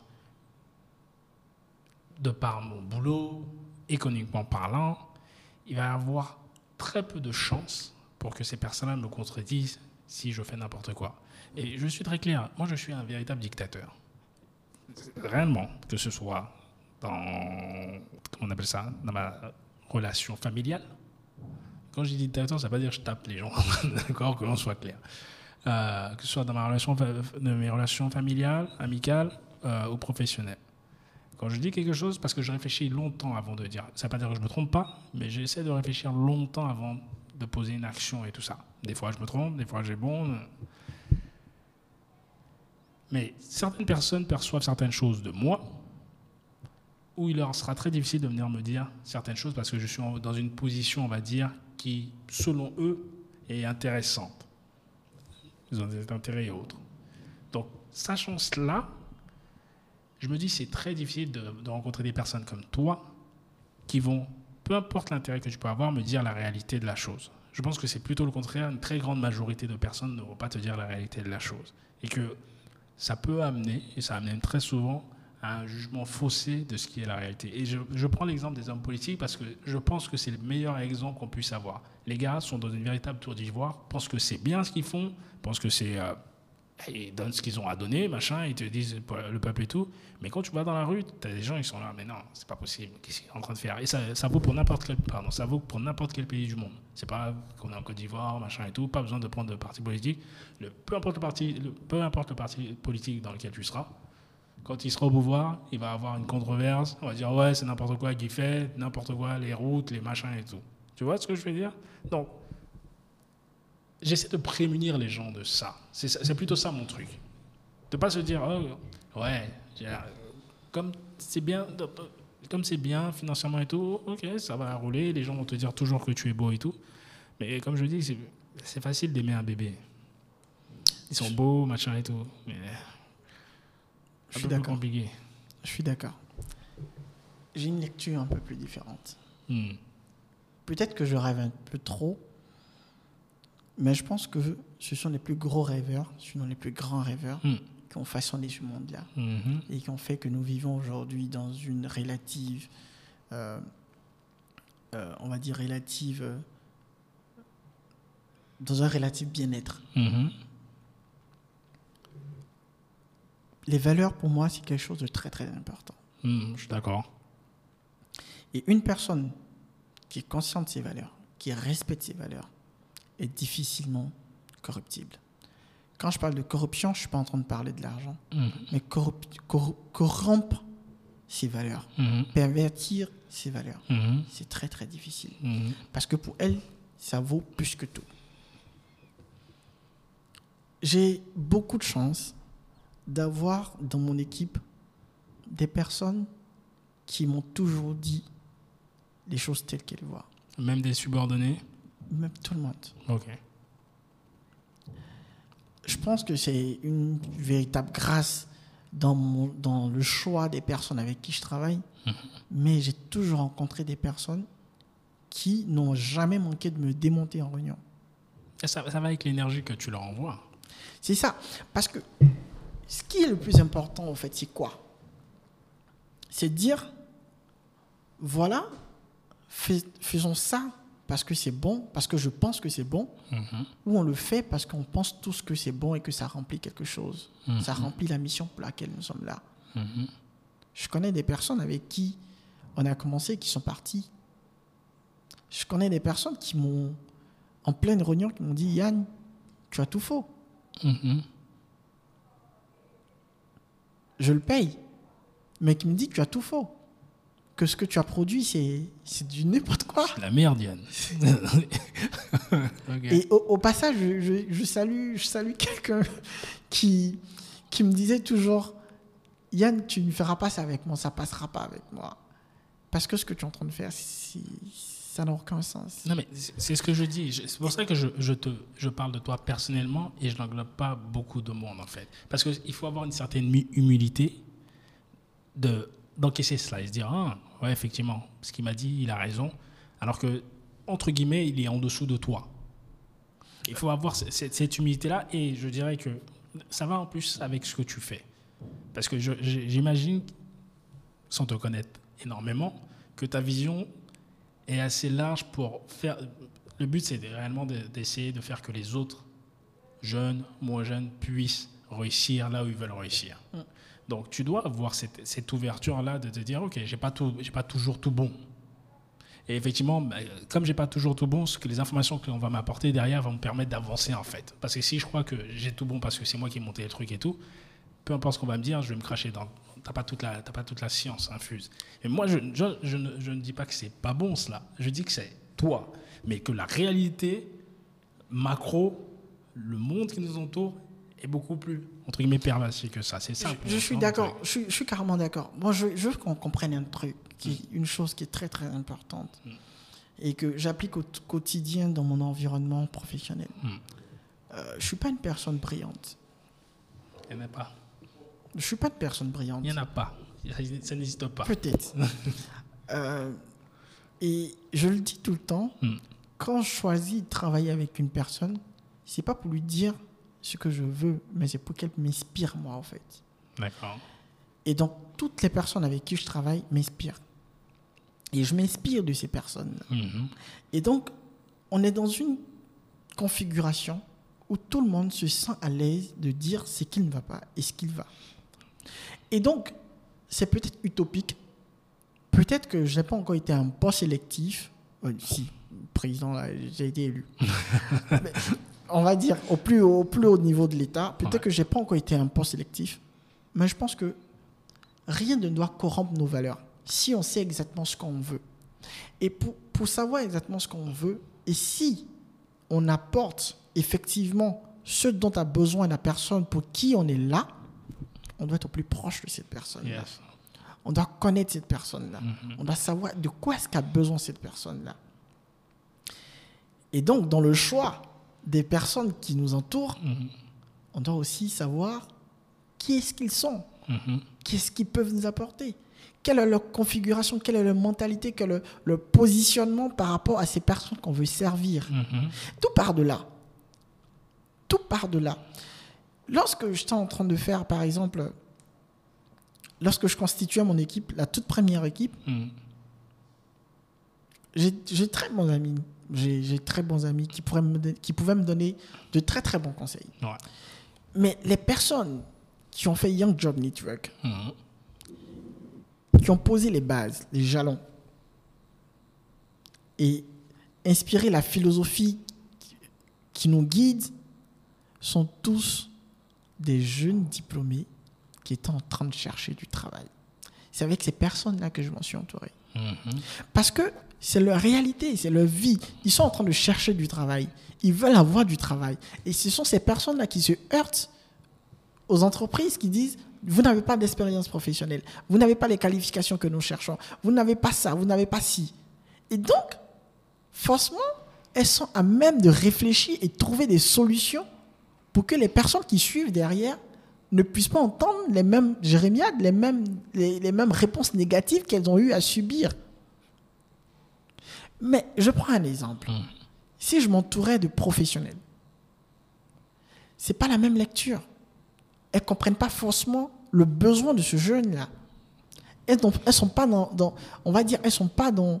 de par mon boulot, économiquement parlant, il va y avoir très peu de chances pour que ces personnes-là me contredisent si je fais n'importe quoi. Et je suis très clair, moi je suis un véritable dictateur. Réellement, que ce soit dans, comment on appelle ça, dans ma relation familiale. Quand je dis dictateur, ça ne veut pas dire que je tape les gens, d'accord, que l'on soit clair. Que ce soit dans mes relations familiales, amicales ou professionnelles. Quand je dis quelque chose, parce que je réfléchis longtemps avant de dire, ça ne veut pas dire que je ne me trompe pas, mais j'essaie de réfléchir longtemps avant de poser une action et tout ça. Des fois je me trompe, des fois j'ai bon. Mais certaines personnes perçoivent certaines choses de moi, où il leur sera très difficile de venir me dire certaines choses parce que je suis dans une position, on va dire, qui, selon eux, est intéressante. Ils ont des intérêts et autres. Donc, sachant cela, je me dis que c'est très difficile de rencontrer des personnes comme toi qui vont, peu importe l'intérêt que tu peux avoir, me dire la réalité de la chose. Je pense que c'est plutôt le contraire. Une très grande majorité de personnes ne vont pas te dire la réalité de la chose. Et que ça peut amener, et ça amène très souvent, à un jugement faussé de ce qui est la réalité. Et je prends l'exemple des hommes politiques parce que je pense que c'est le meilleur exemple qu'on puisse avoir. Les gars sont dans une véritable tour d'ivoire, pensent que c'est bien ce qu'ils font, pensent que c'est... ils donnent ce qu'ils ont à donner, machin, ils te disent le peuple et tout. Mais quand tu vas dans la rue, tu as des gens qui sont là, mais non, c'est pas possible, qu'est-ce qu'ils sont en train de faire? Et ça vaut pour n'importe quel pays du monde. C'est pas qu'on est en Côte d'Ivoire, machin et tout, pas besoin de prendre de parti politique. Peu importe le parti politique dans lequel tu seras, quand il sera au pouvoir, il va avoir une controverse, on va dire ouais, c'est n'importe quoi qu'il fait, n'importe quoi, les routes, les machins et tout. Tu vois ce que je veux dire? Donc, j'essaie de prémunir les gens de ça. C'est plutôt ça mon truc. De ne pas se dire, oh, ouais, comme c'est bien financièrement et tout, ok, ça va rouler, les gens vont te dire toujours que tu es beau et tout. Mais comme je dis, c'est facile d'aimer un bébé. Ils sont beaux, machin et tout. Mais je suis d'accord. Compliqué. Je suis d'accord. J'ai une lecture un peu plus différente. Peut-être que je rêve un peu trop, mais je pense que ce sont les plus gros rêveurs, ce sont les plus grands rêveurs qui ont façonné ce monde-là et qui ont fait que nous vivons aujourd'hui dans une relative, on va dire dans un relatif bien-être. Les valeurs, pour moi, c'est quelque chose de très, très important. Je suis d'accord. Et une personne qui est consciente de ses valeurs, qui respecte ses valeurs, est difficilement corruptible. Quand je parle de corruption, je ne suis pas en train de parler de l'argent, mais corrompre ses valeurs, pervertir ses valeurs, c'est très, très difficile. Parce que pour elle, ça vaut plus que tout. J'ai beaucoup de chance d'avoir dans mon équipe des personnes qui m'ont toujours dit les choses telles qu'elles voient. Même des subordonnés? Même tout le monde. Ok. Je pense que c'est une véritable grâce dans le choix des personnes avec qui je travaille, mais j'ai toujours rencontré des personnes qui n'ont jamais manqué de me démonter en réunion. Et ça va avec l'énergie que tu leur envoies. C'est ça. Parce que ce qui est le plus important, en fait, c'est quoi? C'est de dire, voilà, faisons ça parce que c'est bon, parce que je pense que c'est bon, ou on le fait parce qu'on pense tous que c'est bon et que ça remplit quelque chose. Ça remplit la mission pour laquelle nous sommes là. Je connais des personnes avec qui on a commencé et qui sont parties. Je connais des personnes qui m'ont, en pleine réunion, qui m'ont dit, Yann, tu as tout faux. Je le paye, mais qui me dit, tu as tout faux. Que ce que tu as produit, c'est du n'importe quoi. C'est la merde, Yann. Okay. Et au passage, je salue quelqu'un qui me disait toujours, Yann, tu ne feras pas ça avec moi, ça ne passera pas avec moi. Parce que ce que tu es en train de faire, ça n'a aucun sens. Non, mais c'est ce que je dis. C'est pour ça que je parle de toi personnellement et je n'englobe pas beaucoup de monde, en fait. Parce qu'il faut avoir une certaine humilité d'encaisser cela et se dire, ouais, effectivement, ce qu'il m'a dit, il a raison. Alors que, entre guillemets, il est en dessous de toi. Il faut avoir cette humilité-là et je dirais que ça va en plus avec ce que tu fais. Parce que j'imagine, sans te connaître énormément, que ta vision est assez large pour faire... Le but, c'est réellement d'essayer de faire que les autres, jeunes, moins jeunes, puissent réussir là où ils veulent réussir. Donc, tu dois avoir cette ouverture-là de te dire, OK, j'ai pas toujours tout bon. Et effectivement, comme j'ai pas toujours tout bon, les informations que l'on va m'apporter derrière vont me permettre d'avancer, en fait. Parce que si je crois que j'ai tout bon parce que c'est moi qui ai monté les trucs et tout, peu importe ce qu'on va me dire, je vais me cracher dans... T'as pas toute la science infuse. Et moi, je ne dis pas que c'est pas bon, cela. Je dis que c'est toi. Mais que la réalité macro, le monde qui nous entoure, est beaucoup plus, entre guillemets, pervasive que ça. C'est ça. Je suis d'accord. Je suis carrément d'accord. Moi, je veux qu'on comprenne un truc, une chose qui est très, très importante et que j'applique au quotidien dans mon environnement professionnel. Je ne suis pas une personne brillante. Il n'y en a pas. Je ne suis pas une personne brillante. Il n'y en a pas. Ça n'existe pas. Peut-être. Et je le dis tout le temps, quand je choisis de travailler avec une personne, ce n'est pas pour lui dire ce que je veux, mais c'est pour qu'elle m'inspire, moi, en fait. D'accord. Et donc, toutes les personnes avec qui je travaille m'inspirent. Et je m'inspire de ces personnes-là. Et donc, on est dans une configuration où tout le monde se sent à l'aise de dire ce qui ne va pas et ce qu'il va. Et donc, c'est peut-être utopique. Peut-être que je n'ai pas encore été un poste sélectif. Si, président, là, j'ai été élu. Mais, on va dire au plus haut niveau de l'État, peut-être que je n'ai pas encore été un poste sélectif. Mais je pense que rien ne doit corrompre nos valeurs si on sait exactement ce qu'on veut. Et pour savoir exactement ce qu'on veut, et si on apporte effectivement ce dont a besoin la personne pour qui on est là, on doit être au plus proche de cette personne-là. Yes. On doit connaître cette personne-là. On doit savoir de quoi est-ce qu'a besoin cette personne-là. Et donc, dans le choix des personnes qui nous entourent, on doit aussi savoir qui est-ce qu'ils sont, qu'est-ce qu'ils peuvent nous apporter, quelle est leur configuration, quelle est leur mentalité, quel est le positionnement par rapport à ces personnes qu'on veut servir. Tout part de là. Tout part de là. Lorsque j'étais en train de faire, par exemple, lorsque je constituais mon équipe, la toute première équipe, j'ai très bons amis. J'ai très bons amis qui pouvaient me donner de très très bons conseils. Ouais. Mais les personnes qui ont fait Young Job Network, qui ont posé les bases, les jalons, et inspiré la philosophie qui nous guide, sont tous des jeunes diplômés qui étaient en train de chercher du travail. C'est avec ces personnes-là que je m'en suis entouré. Parce que c'est leur réalité, c'est leur vie. Ils sont en train de chercher du travail. Ils veulent avoir du travail. Et ce sont ces personnes-là qui se heurtent aux entreprises qui disent « Vous n'avez pas d'expérience professionnelle. Vous n'avez pas les qualifications que nous cherchons. Vous n'avez pas ça, vous n'avez pas ci. » Et donc, forcément, elles sont à même de réfléchir et trouver des solutions pour que les personnes qui suivent derrière ne puissent pas entendre les mêmes jérémiades, les mêmes réponses négatives qu'elles ont eu à subir. Mais je prends un exemple. Si je m'entourais de professionnels, ce n'est pas la même lecture. Elles ne comprennent pas forcément le besoin de ce jeune-là. Elles ne sont pas on va dire, elles sont pas dans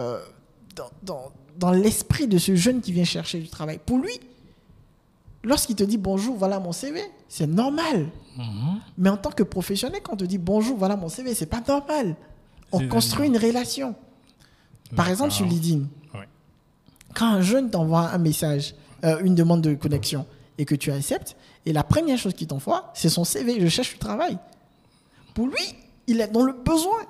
l'esprit de ce jeune qui vient chercher du travail. Pour lui, lorsqu'il te dit bonjour, voilà mon CV, c'est normal. Mais en tant que professionnel, quand on te dit bonjour, voilà mon CV, c'est pas normal. On construit une relation. Par exemple, sur LinkedIn, quand un jeune t'envoie un message, une demande de connexion, et que tu acceptes, et la première chose qu'il t'envoie, c'est son CV, je cherche du travail. Pour lui, il est dans le besoin.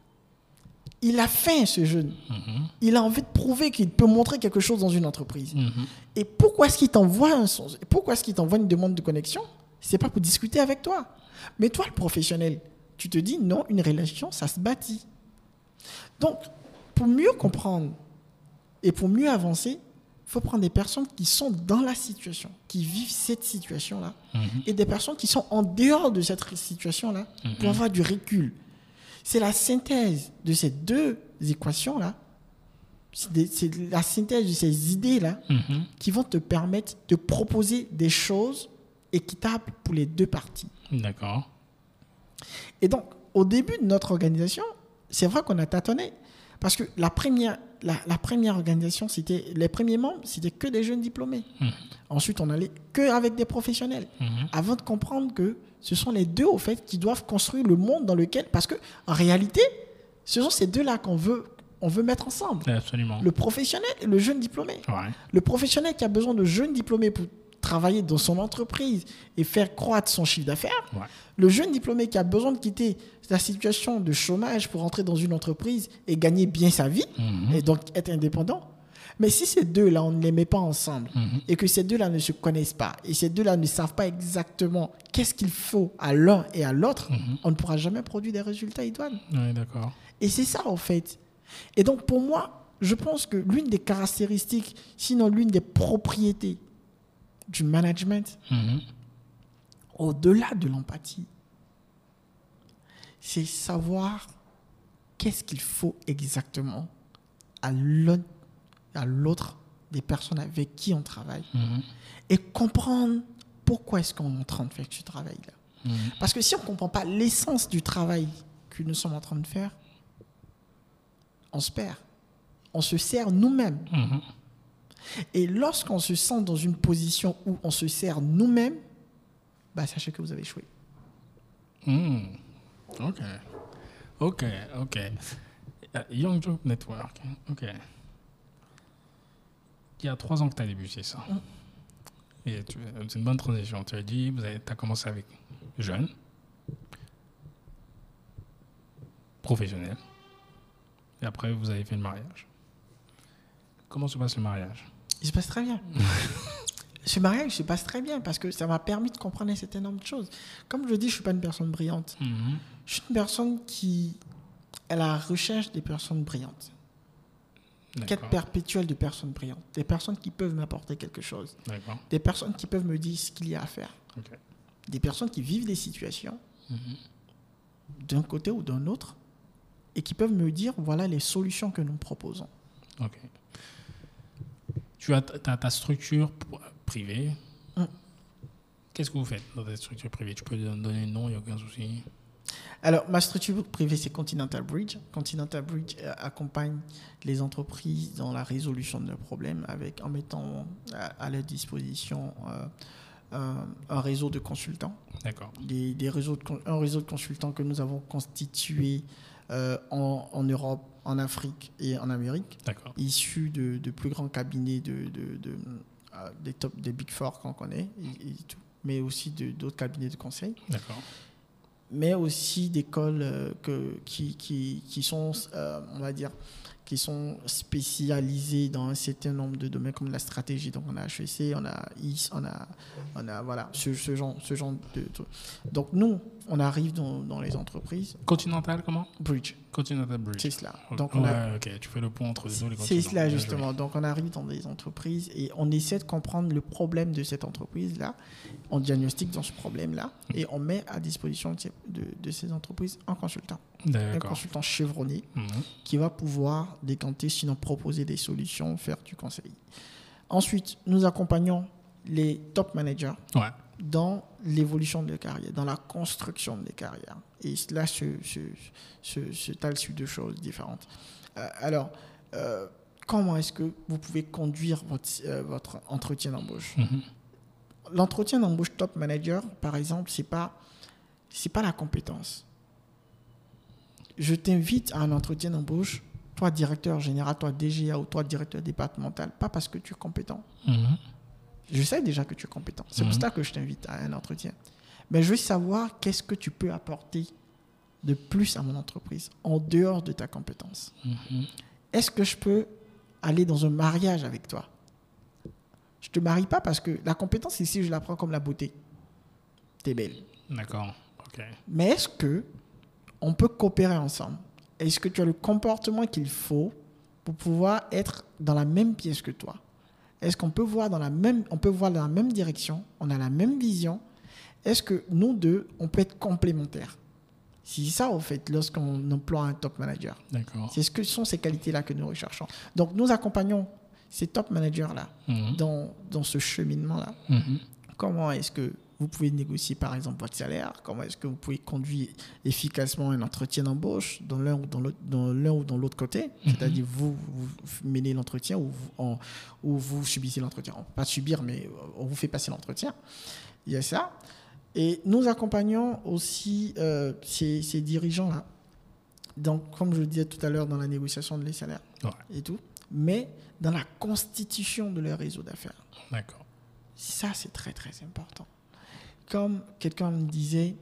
Il a faim, ce jeune. Il a envie de prouver qu'il peut montrer quelque chose dans une entreprise. Et pourquoi est-ce qu'il t'envoie une demande de connexion? C'est pas pour discuter avec toi. Mais toi, le professionnel, tu te dis non, une relation, ça se bâtit. Donc, pour mieux comprendre et pour mieux avancer, il faut prendre des personnes qui sont dans la situation, qui vivent cette situation-là, et des personnes qui sont en dehors de cette situation-là pour avoir du recul. C'est la synthèse de ces deux équations-là, c'est la synthèse de ces idées-là qui vont te permettre de proposer des choses équitables pour les deux parties. D'accord. Et donc, au début de notre organisation, c'est vrai qu'on a tâtonné. Parce que la première organisation, les premiers membres, c'était que des jeunes diplômés. Ensuite, on allait que avec des professionnels. Avant de comprendre que ce sont les deux, au fait, qui doivent construire le monde dans lequel... Parce qu'en réalité, ce sont ces deux-là qu'on veut mettre ensemble. Absolument. Le professionnel et le jeune diplômé. Ouais. Le professionnel qui a besoin de jeunes diplômés pour travailler dans son entreprise et faire croître son chiffre d'affaires. Ouais. Le jeune diplômé qui a besoin de quitter la situation de chômage pour entrer dans une entreprise et gagner bien sa vie et donc être indépendant. Mais si ces deux-là, on ne les met pas ensemble et que ces deux-là ne se connaissent pas et ces deux-là ne savent pas exactement qu'est-ce qu'il faut à l'un et à l'autre, on ne pourra jamais produire des résultats idoines. Oui, d'accord. Et c'est ça, en fait. Et donc, pour moi, je pense que l'une des caractéristiques, sinon l'une des propriétés du management, au-delà de l'empathie, c'est savoir qu'est-ce qu'il faut exactement à l'autre des personnes avec qui on travaille et comprendre pourquoi est-ce qu'on est en train de faire ce travail-là. Parce que si on ne comprend pas l'essence du travail que nous sommes en train de faire, on se perd. On se sert nous-mêmes. Et lorsqu'on se sent dans une position où on se sert nous-mêmes, sachez que vous avez échoué. OK. Young Job Network. OK. Il y a 3 ans que tu as débuté ça. Et c'est une bonne transition. Tu as dit, tu as commencé avec jeune, professionnel, et après vous avez fait le mariage. Comment se passe le mariage? Il se passe très bien. Ce mariage se passe très bien parce que ça m'a permis de comprendre un certain nombre de choses. Comme je dis, je ne suis pas une personne brillante. Je suis une personne qui est à la recherche des personnes brillantes. Quête perpétuelle de personnes brillantes. Des personnes qui peuvent m'apporter quelque chose. Des personnes qui peuvent me dire ce qu'il y a à faire. Des personnes qui vivent des situations d'un côté ou d'un autre et qui peuvent me dire voilà les solutions que nous proposons. OK. Tu as ta structure privée. Qu'est-ce que vous faites dans ta structure privée? Tu peux donner un nom, il n'y a aucun souci. Alors, ma structure privée, c'est Continental Bridge. Continental Bridge accompagne les entreprises dans la résolution de leurs problèmes en mettant à leur disposition un réseau de consultants. D'accord. Un réseau de consultants que nous avons constitué en Europe, en Afrique et en Amérique, issus de plus grands cabinets des Big Four qu'on connaît, et tout, mais aussi d'autres cabinets de conseil. D'accord. Mais aussi d'écoles qui sont, on va dire, qui sont spécialisées dans un certain nombre de domaines comme la stratégie. Donc, on a HEC, on a IS, on a voilà, ce genre de trucs. Donc, nous, on arrive dans les entreprises. Continental, comment? Bridge. Continental Bridge. C'est cela. Donc, OK, tu fais le pont entre les deux les continents. C'est cela, justement. Donc, on arrive dans des entreprises et on essaie de comprendre le problème de cette entreprise-là. On diagnostique dans ce problème-là et on met à disposition de ces entreprises un consultant. Un consultant chevronné qui va pouvoir décanter, sinon proposer des solutions, faire du conseil. Ensuite, nous accompagnons les top managers dans l'évolution de leur carrière, dans la construction de leur carrière. Et cela se tale sur 2 choses différentes. Comment est-ce que vous pouvez conduire votre entretien d'embauche? L'entretien d'embauche top manager, par exemple, c'est pas la compétence. Je t'invite à un entretien d'embauche, toi directeur général, toi DGA ou toi directeur départemental, pas parce que tu es compétent. Je sais déjà que tu es compétent. C'est pour ça que je t'invite à un entretien. Mais je veux savoir qu'est-ce que tu peux apporter de plus à mon entreprise en dehors de ta compétence. Est-ce que je peux aller dans un mariage avec toi? Je ne te marie pas parce que la compétence ici, je la prends comme la beauté. Tu es belle. D'accord. OK. Mais est-ce qu'on peut coopérer ensemble? Est-ce que tu as le comportement qu'il faut pour pouvoir être dans la même pièce que toi? Est-ce qu'on peut voir dans la même direction? On a la même vision? Est-ce que nous deux, on peut être complémentaires? C'est ça, au fait, lorsqu'on emploie un top manager. D'accord. C'est ce que sont ces qualités-là que nous recherchons. Donc, nous accompagnons ces top managers-là dans ce cheminement-là. Comment est-ce que vous pouvez négocier, par exemple, votre salaire? Comment est-ce que vous pouvez conduire efficacement un entretien d'embauche dans l'un ou dans l'autre côté? C'est-à-dire, vous menez l'entretien ou vous subissez l'entretien. Pas subir, mais on vous fait passer l'entretien. Il y a ça. Et nous accompagnons aussi ces dirigeants-là. Donc, comme je le disais tout à l'heure, dans la négociation des salaires et tout, mais dans la constitution de leur réseau d'affaires. D'accord. Ça, c'est très, très important. Comme quelqu'un me disait,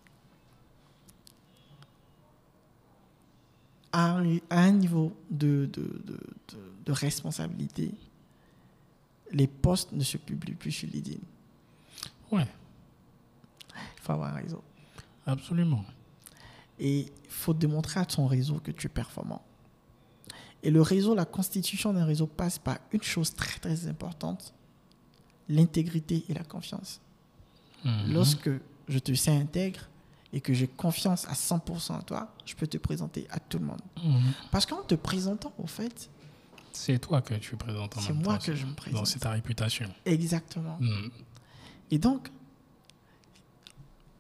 à un niveau de responsabilité, les postes ne se publient plus sur LinkedIn. Ouais. Il faut avoir un réseau. Absolument. Et il faut démontrer à ton réseau que tu es performant. Et le réseau, la constitution d'un réseau passe par une chose très, très importante, l'intégrité et la confiance. Lorsque je te sais intègre et que j'ai confiance à 100% à toi, je peux te présenter à tout le monde. Parce qu'en te présentant, au fait... C'est toi que tu présentes en même temps. C'est moi que je me présente. Donc, c'est ta réputation. Exactement. Et donc,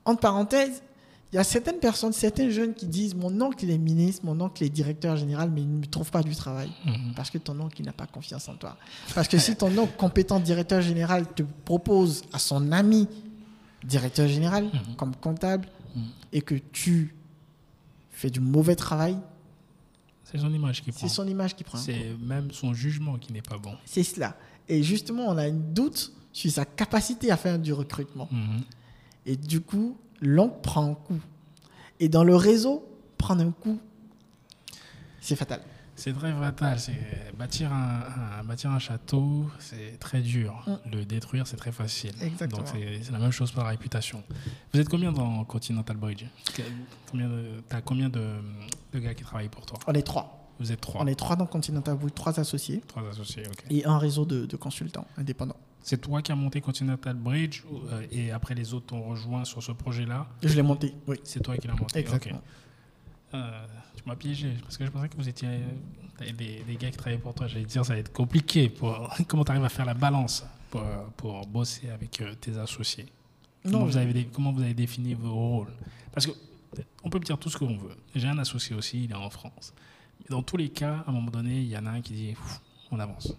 entre parenthèses, il y a certaines personnes, certains jeunes qui disent mon oncle est ministre, mon oncle est directeur général, mais il ne me trouve pas du travail. Parce que ton oncle il n'a pas confiance en toi. Parce que si ton oncle compétent directeur général te propose à son ami directeur général comme comptable et que tu fais du mauvais travail, c'est son image qui prend. C'est son image qui prend. C'est même son jugement qui n'est pas bon. C'est cela. Et justement, on a un doute sur sa capacité à faire du recrutement. Et du coup, l'oncle prend un coup. Et dans le réseau, prendre un coup, c'est fatal. C'est très fatal. Bâtir un château, c'est très dur. Le détruire, c'est très facile. Exactement. Donc, c'est la même chose pour la réputation. Vous êtes combien dans Continental Bridge? T'as combien de gars qui travaillent pour toi? On est 3. Vous êtes 3. On est 3 dans Continental Bridge, 3 associés. 3 associés, ok. Et un réseau de consultants indépendants. C'est toi qui as monté Continental Bridge et après les autres t'ont rejoint sur ce projet-là? Je l'ai monté, oui. C'est toi qui l'as monté? Exactement. Okay. Tu m'as piégé parce que je pensais que vous étiez des gars qui travaillaient pour toi. J'allais dire ça va être compliqué. Comment tu arrives à faire la balance pour bosser avec tes associés? Comment vous avez défini vos rôles? Parce qu'on peut me dire tout ce qu'on veut. J'ai un associé aussi, il est en France. Mais dans tous les cas, à un moment donné, il y en a un qui dit on avance.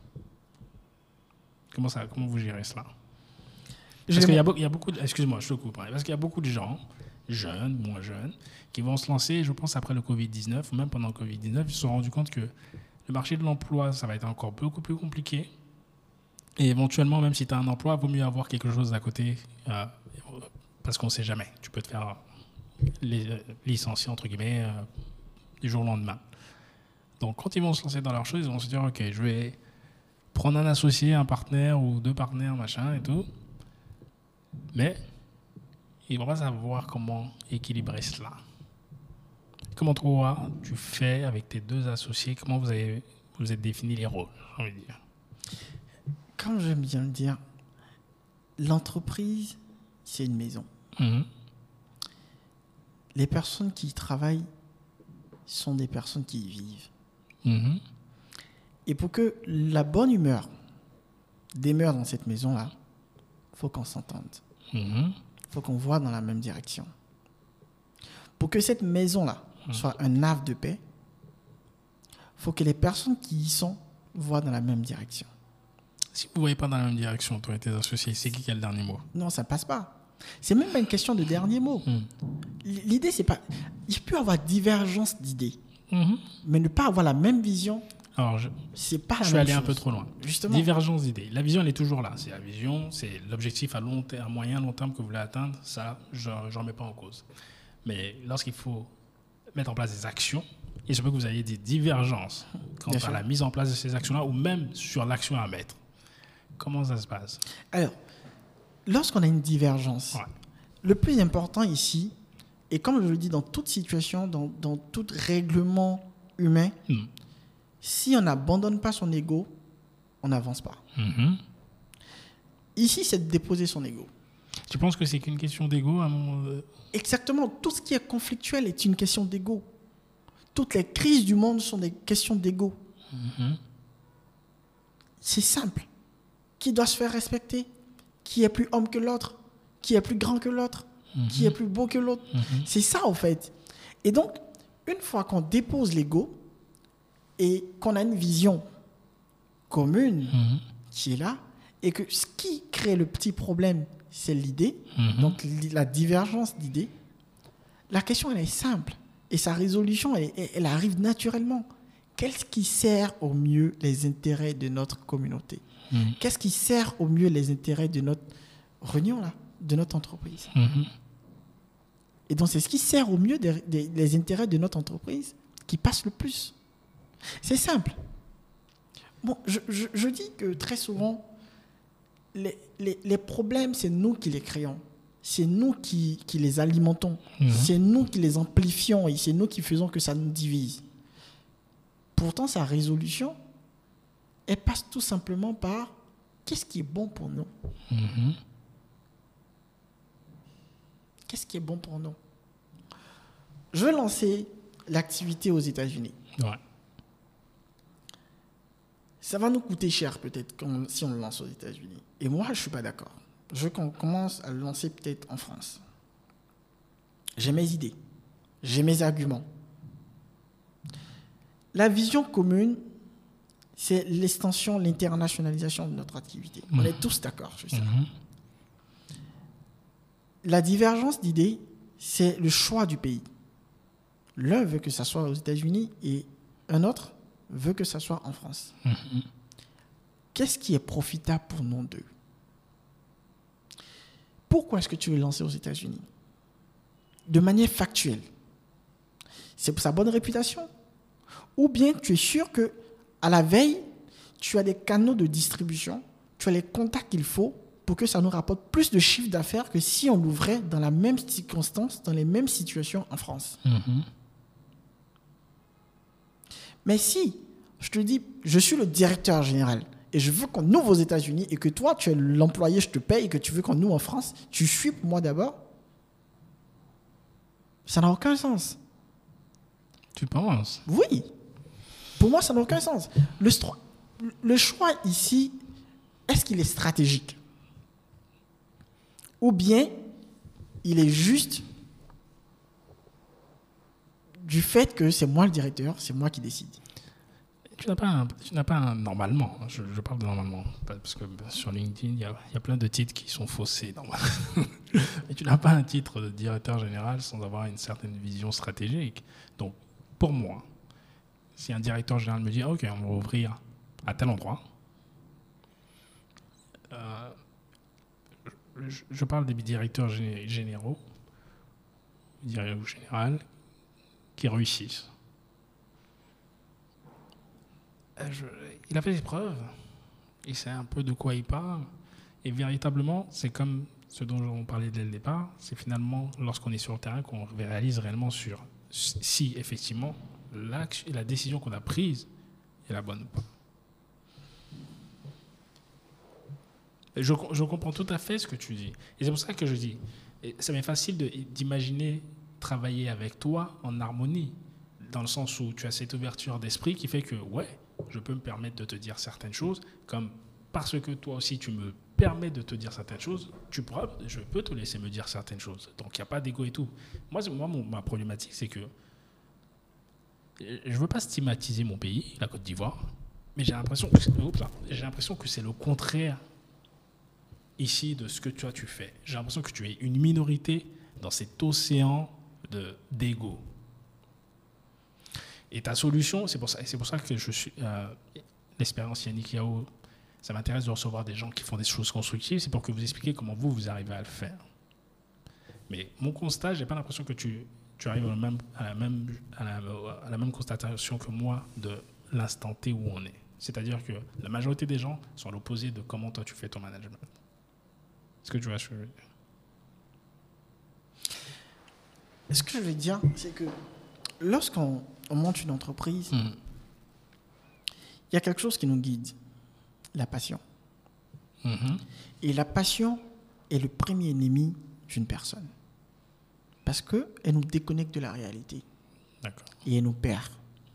Comment vous gérez cela? Parce qu'il y a beaucoup excuse-moi, je te coupe. Parce qu'il y a beaucoup de gens, jeunes, moins jeunes, qui vont se lancer, je pense, après le Covid-19, ou même pendant le Covid-19, ils se sont rendus compte que le marché de l'emploi, ça va être encore beaucoup plus compliqué. Et éventuellement, même si tu as un emploi, il vaut mieux avoir quelque chose à côté, parce qu'on ne sait jamais. Tu peux te faire licencier, entre guillemets, du jour au lendemain. Donc, quand ils vont se lancer dans leur chose, ils vont se dire, OK, je vais prendre un associé, un partenaire ou 2 partenaires, machin et tout. Mais ils vont pas savoir comment équilibrer cela. Comment toi, tu fais avec tes 2 associés? Comment vous êtes défini les rôles, j'ai envie de dire? Comme j'aime bien le dire, l'entreprise, c'est une maison. Les personnes qui y travaillent sont des personnes qui y vivent. Et pour que la bonne humeur demeure dans cette maison-là, il faut qu'on s'entende. Il faut qu'on voit dans la même direction. Pour que cette maison-là soit un havre de paix, il faut que les personnes qui y sont voient dans la même direction. Si vous ne voyez pas dans la même direction, toi et tes associés, c'est qui a le dernier mot? Non, ça ne passe pas. C'est même pas une question de dernier mot. L'idée, c'est pas... Il peut y avoir divergence d'idées, mais ne pas avoir la même vision, alors, c'est pas la même chose. Je suis allé un peu trop loin. Justement. Divergence d'idées. La vision, elle est toujours là. C'est la vision, c'est l'objectif à moyen, long terme que vous voulez atteindre. Ça, je n'en remets pas en cause. Mais lorsqu'il faut mettre en place des actions, il se peut que vous ayez des divergences quant à la mise en place de ces actions-là ou même sur l'action à mettre. Comment ça se passe? Alors, lorsqu'on a une divergence, le plus important ici, et comme je le dis dans toute situation, dans tout règlement humain, si on n'abandonne pas son ego, on n'avance pas. Ici, c'est de déposer son ego. Tu penses que c'est qu'une question d'ego à un moment... Exactement. Tout ce qui est conflictuel est une question d'ego. Toutes les crises du monde sont des questions d'ego. C'est simple. Qui doit se faire respecter? Qui est plus homme que l'autre? Qui est plus grand que l'autre? Qui est plus beau que l'autre? C'est ça, en fait. Et donc, une fois qu'on dépose l'ego et qu'on a une vision commune qui est là, et que ce qui crée le petit problème, c'est l'idée, donc la divergence d'idées, la question, elle est simple. Et sa résolution, elle arrive naturellement. Qu'est-ce qui sert au mieux les intérêts de notre communauté? Qu'est-ce qui sert au mieux les intérêts de notre réunion, là, de notre entreprise? Et donc, c'est ce qui sert au mieux les intérêts de notre entreprise qui passe le plus. C'est simple. Bon, je dis que très souvent, les problèmes, c'est nous qui les créons. C'est nous qui les alimentons. C'est nous qui les amplifions et c'est nous qui faisons que ça nous divise. Pourtant, sa résolution, elle passe tout simplement par qu'est-ce qui est bon pour nous? Qu'est-ce qui est bon pour nous? Je vais lancer l'activité aux États-Unis. Ça va nous coûter cher peut-être si on le lance aux États-Unis. Et moi, je ne suis pas d'accord. Je veux qu'on commence à le lancer peut-être en France. j'ai mes idées, j'ai mes arguments. La vision commune, c'est l'extension, l'internationalisation de notre activité. On est tous d'accord sur ça. La divergence d'idées, c'est le choix du pays. L'un veut que ça soit aux États-Unis et un autre veut que ça soit en France. Qu'est-ce qui est profitable pour nous deux? Pourquoi est-ce que tu veux lancer aux États-Unis? De manière factuelle. C'est pour sa bonne réputation? Ou bien tu es sûr qu'à la veille, tu as des canaux de distribution, tu as les contacts qu'il faut pour que ça nous rapporte plus de chiffre d'affaires que si on l'ouvrait dans la même circonstance, dans les mêmes situations en France. Mais si, je te dis, je suis le directeur général et je veux qu'on ouvre aux États-Unis et que toi, tu es l'employé, je te paye et que tu veux qu'on ouvre en France, tu suis pour moi d'abord. Ça n'a aucun sens. Tu penses? Oui. Pour moi, ça n'a aucun sens. Le choix ici, est-ce qu'il est stratégique? Ou bien il est juste du fait que c'est moi le directeur, c'est moi qui décide? Tu n'as pas un normalement, je parle de normalement, parce que sur LinkedIn, il y a plein de titres qui sont faussés, normalement. Mais tu n'as pas un titre de directeur général sans avoir une certaine vision stratégique. Donc, pour moi, si un directeur général me dit « Ok, on va ouvrir à tel endroit », je parle des directeurs généraux, général, qui réussissent. Il a fait ses preuves, il sait un peu de quoi il parle, et véritablement, c'est comme ce dont on parlait dès le départ, c'est finalement lorsqu'on est sur le terrain qu'on réalise réellement sur si effectivement la décision qu'on a prise est la bonne ou pas. Je comprends tout à fait ce que tu dis, et c'est pour ça que je dis, ça m'est facile d'imaginer travailler avec toi en harmonie, dans le sens où tu as cette ouverture d'esprit qui fait que, ouais, je peux me permettre de te dire certaines choses, comme parce que toi aussi tu me permets de te dire certaines choses, je peux te laisser me dire certaines choses. Donc il n'y a pas d'ego et tout. Moi ma problématique, c'est que je ne veux pas stigmatiser mon pays, la Côte d'Ivoire, mais j'ai l'impression que c'est le contraire ici de ce que toi tu fais. J'ai l'impression que tu es une minorité dans cet océan d'ego. Et ta solution, c'est pour ça que je suis l'expérience Yannick Yao, ça m'intéresse de recevoir des gens qui font des choses constructives, c'est pour que vous expliquiez comment vous arrivez à le faire. Mais mon constat, j'ai pas l'impression que tu arrives à la même constatation que moi de l'instant T où on est. C'est-à-dire que la majorité des gens sont à l'opposé de comment toi tu fais ton management. Est-ce que tu vois ce que je veux dire? Ce que je veux dire, c'est que lorsqu'on monte une entreprise, il y a quelque chose qui nous guide, la passion. Et la passion est le premier ennemi d'une personne. Parce qu'elle nous déconnecte de la réalité. D'accord. Et elle nous perd.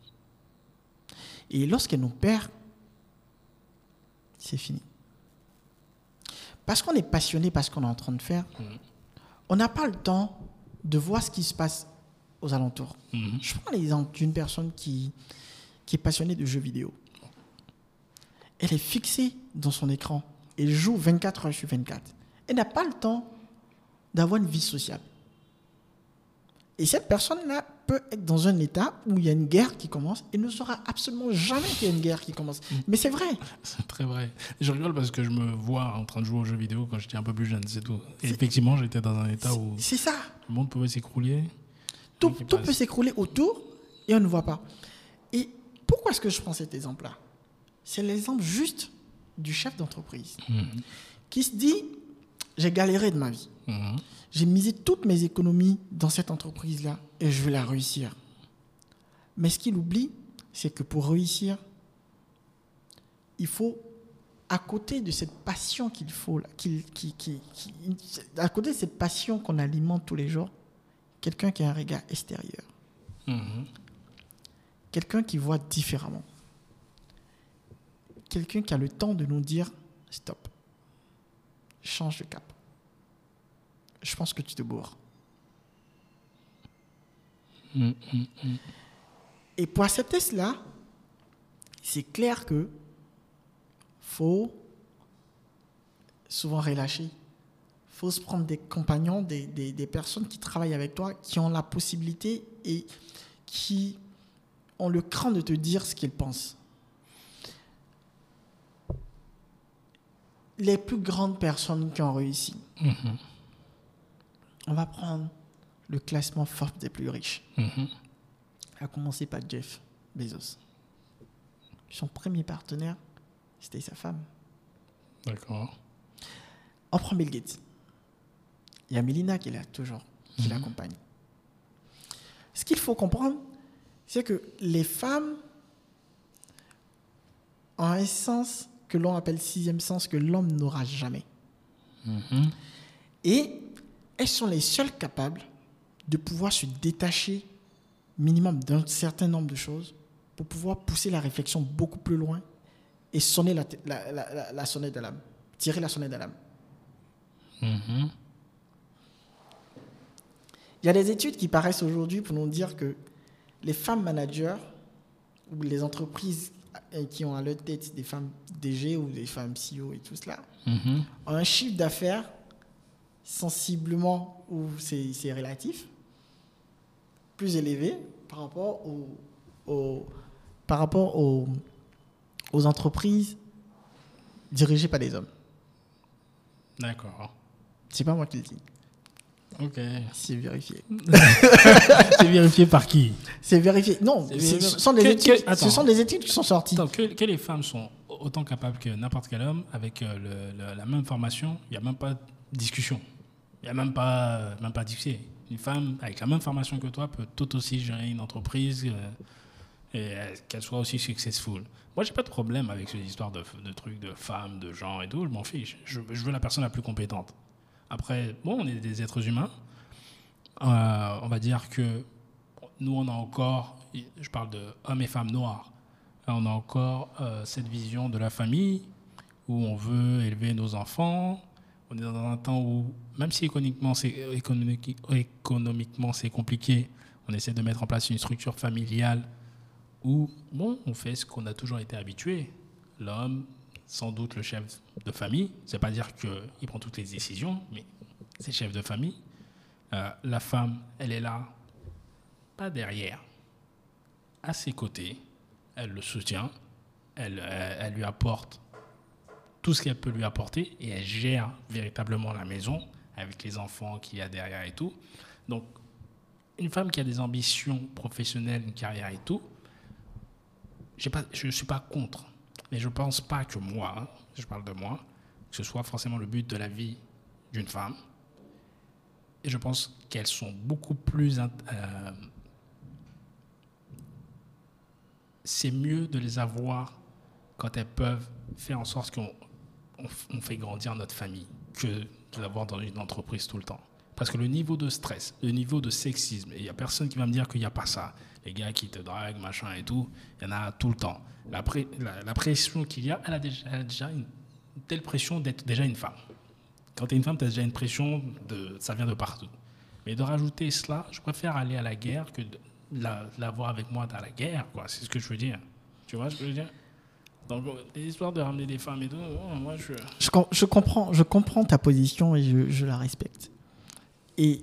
Et lorsqu'elle nous perd, c'est fini. Parce qu'on est passionné par ce qu'on est en train de faire, on n'a pas le temps de voir ce qui se passe aux alentours. Je prends l'exemple d'une personne qui est passionnée de jeux vidéo. Elle est fixée dans son écran. Elle joue 24 heures sur 24. Elle n'a pas le temps d'avoir une vie sociale. Et cette personne-là peut être dans un état où il y a une guerre qui commence et ne saura absolument jamais qu'il y a une guerre qui commence. Mais c'est vrai. C'est très vrai. Je rigole parce que je me vois en train de jouer aux jeux vidéo quand j'étais un peu plus jeune, c'est tout. Et effectivement, j'étais dans un état où c'est ça. Le monde pouvait s'écrouler. Tout peut s'écrouler autour et on ne voit pas. Et pourquoi est-ce que je prends cet exemple-là? C'est l'exemple juste du chef d'entreprise qui se dit, j'ai galéré de ma vie. J'ai misé toutes mes économies dans cette entreprise-là et je vais la réussir. Mais ce qu'il oublie, c'est que pour réussir, il faut, à côté de cette passion qu'il faut, à côté de cette passion qu'on alimente tous les jours, quelqu'un qui a un regard extérieur. Quelqu'un qui voit différemment. Quelqu'un qui a le temps de nous dire « Stop, change de cap. Je pense que tu te bourres. » Et pour accepter cela, c'est clair que faut souvent relâcher. Faut se prendre des compagnons, des personnes qui travaillent avec toi, qui ont la possibilité et qui ont le cran de te dire ce qu'ils pensent. Les plus grandes personnes qui ont réussi, on va prendre le classement Forbes des plus riches, à commencer par Jeff Bezos. Son premier partenaire, c'était sa femme. D'accord. On prend Bill Gates. Il y a Melina qui est là toujours, qui l'accompagne. Ce qu'il faut comprendre, c'est que les femmes ont un sens que l'on appelle sixième sens que l'homme n'aura jamais. Et elles sont les seules capables de pouvoir se détacher minimum d'un certain nombre de choses pour pouvoir pousser la réflexion beaucoup plus loin et sonner la sonnette d'alarme, tirer la sonnette d'alarme. Il y a des études qui paraissent aujourd'hui pour nous dire que les femmes managers ou les entreprises qui ont à leur tête des femmes DG ou des femmes CEO et tout cela ont un chiffre d'affaires sensiblement, ou c'est relatif, plus élevé par rapport aux entreprises dirigées par des hommes. D'accord. C'est pas moi qui le dis. Ok. C'est vérifié. C'est vérifié par qui? C'est vérifié. Non, ce sont des études qui sont sorties. Attends, que les femmes sont autant capables que n'importe quel homme avec la même formation, il n'y a même pas de discussion. Il n'y a même pas discussion. Une femme avec la même formation que toi peut tout aussi gérer une entreprise et qu'elle soit aussi successful. Moi, j'ai pas de problème avec ces histoires de trucs de femmes, de gens et tout. Je m'en fiche. Je veux la personne la plus compétente. Après, bon, on est des êtres humains. On va dire que nous, on a encore, je parle de hommes et femmes noirs, on a encore cette vision de la famille où on veut élever nos enfants. On est dans un temps où, même si économiquement c'est compliqué, on essaie de mettre en place une structure familiale où, bon, on fait ce qu'on a toujours été habitué. L'homme, sans doute le chef de famille, c'est pas dire qu'il prend toutes les décisions, mais c'est le chef de famille. La femme, elle est là, pas derrière, à ses côtés, elle le soutient, elle lui apporte tout ce qu'elle peut lui apporter et elle gère véritablement la maison avec les enfants qu'il y a derrière et tout. Donc, une femme qui a des ambitions professionnelles, une carrière et tout, je ne suis pas contre, mais je ne pense pas que moi, je parle de moi, que ce soit forcément le but de la vie d'une femme. Et je pense qu'elles sont beaucoup plus... c'est mieux de les avoir quand elles peuvent faire en sorte qu'on fait grandir notre famille que de l'avoir dans une entreprise tout le temps. Parce que le niveau de stress, le niveau de sexisme, il n'y a personne qui va me dire qu'il n'y a pas ça. Les gars qui te draguent, machin et tout, il y en a tout le temps. La pression qu'il y a, elle a déjà une telle pression d'être déjà une femme. Quand tu es une femme, tu as déjà une pression, ça vient de partout. Mais de rajouter cela, je préfère aller à la guerre que de l'avoir avec moi dans la guerre, quoi. C'est ce que je veux dire. Tu vois ce que je veux dire? Donc, les histoires de ramener des femmes et tout, moi, je comprends ta position et je la respecte. Et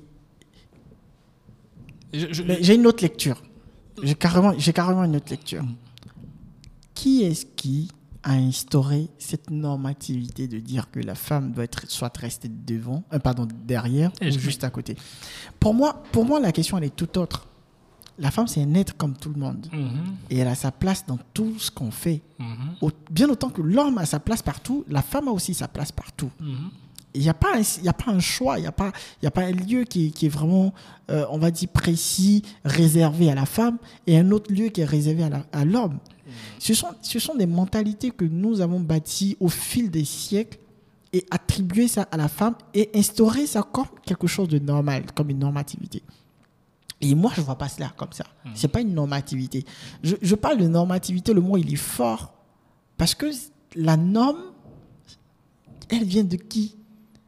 mais j'ai une autre lecture. J'ai carrément une autre lecture. Qui est-ce qui a instauré cette normativité de dire que la femme doit être soit restée derrière ou juste à côté? Pour moi, la question, elle est tout autre. La femme, c'est un être comme tout le monde. Et elle a sa place dans tout ce qu'on fait. Bien autant que l'homme a sa place partout, la femme a aussi sa place partout. Il n'y a pas un choix, il n'y a pas un lieu qui est vraiment, on va dire, précis, réservé à la femme, et un autre lieu qui est réservé à l'homme. Ce sont des mentalités que nous avons bâties au fil des siècles et attribuer ça à la femme et instaurer ça comme quelque chose de normal, comme une normativité. Et moi, je ne vois pas cela comme ça. Ce n'est pas une normativité. Je parle de normativité, le mot, il est fort. Parce que la norme, elle vient de qui?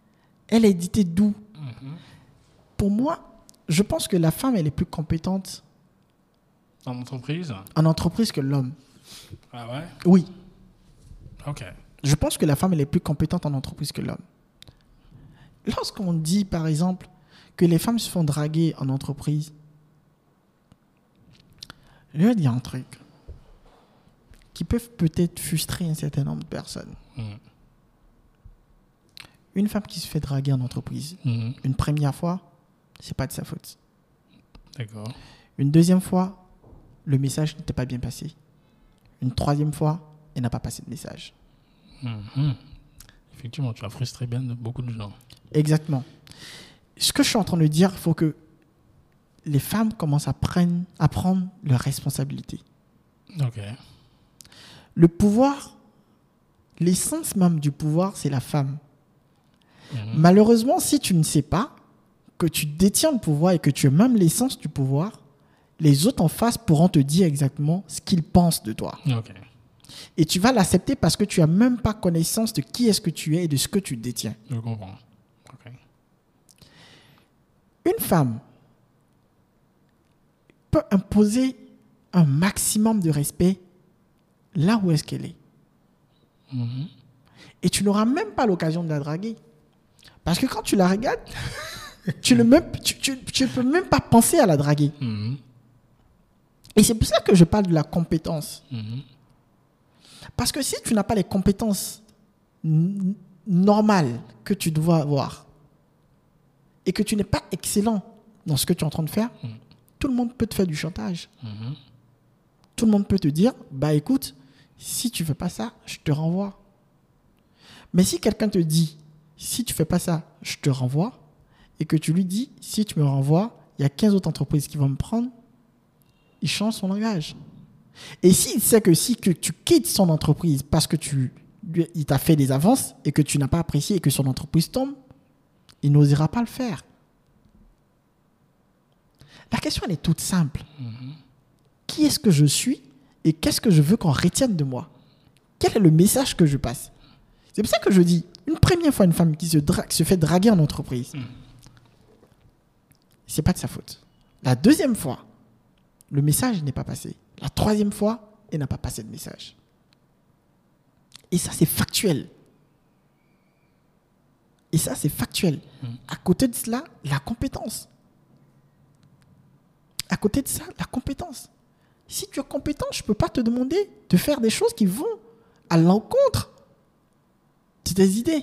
Elle est éditée d'où? Pour moi, je pense que la femme, elle est plus compétente En entreprise? En entreprise que l'homme. Ah ouais? Oui. Ok. Je pense que la femme, elle est plus compétente en entreprise que l'homme. Lorsqu'on dit, par exemple, que les femmes se font draguer en entreprise, je vais dire un truc qui peut peut-être frustrer un certain nombre de personnes. Une femme qui se fait draguer en entreprise, une première fois, c'est pas de sa faute. D'accord. Une deuxième fois, le message n'était pas bien passé. Une troisième fois, elle n'a pas passé de message. Effectivement, tu as frustré beaucoup de gens. Exactement. Ce que je suis en train de dire, il faut que les femmes commencent à prendre leurs responsabilités. Ok. Le pouvoir, l'essence même du pouvoir, c'est la femme. Malheureusement, si tu ne sais pas que tu détiens le pouvoir et que tu as même l'essence du pouvoir, les autres en face pourront te dire exactement ce qu'ils pensent de toi. Ok. Et tu vas l'accepter parce que tu n'as même pas connaissance de qui est-ce que tu es et de ce que tu détiens. Je comprends. Ok. Une femme peut imposer un maximum de respect là où est-ce qu'elle est. Et tu n'auras même pas l'occasion de la draguer. Parce que quand tu la regardes, tu ne peux même pas penser à la draguer. Et c'est pour ça que je parle de la compétence. Parce que si tu n'as pas les compétences normales que tu dois avoir et que tu n'es pas excellent dans ce que tu es en train de faire, tout le monde peut te faire du chantage. Tout le monde peut te dire, bah écoute, si tu ne fais pas ça, je te renvoie. Mais si quelqu'un te dit, si tu ne fais pas ça, je te renvoie, et que tu lui dis, si tu me renvoies, il y a 15 autres entreprises qui vont me prendre, il change son langage. Et s'il sait que si que tu quittes son entreprise parce que il t'a fait des avances et que tu n'as pas apprécié et que son entreprise tombe, il n'osera pas le faire. La question, elle est toute simple. Qui est-ce que je suis et qu'est-ce que je veux qu'on retienne de moi? Quel est le message que je passe? C'est pour ça que je dis, une première fois, une femme qui se fait draguer en entreprise, c'est pas de sa faute. La deuxième fois, le message n'est pas passé. La troisième fois, elle n'a pas passé de message. Et ça, c'est factuel. Et ça, c'est factuel. À côté de cela, la compétence. À côté de ça, la compétence. Si tu es compétent, je ne peux pas te demander de faire des choses qui vont à l'encontre de tes idées.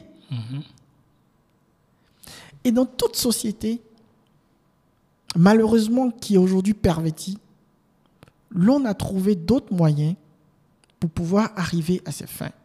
Et dans toute société, malheureusement, qui est aujourd'hui pervertie, l'on a trouvé d'autres moyens pour pouvoir arriver à ses fins.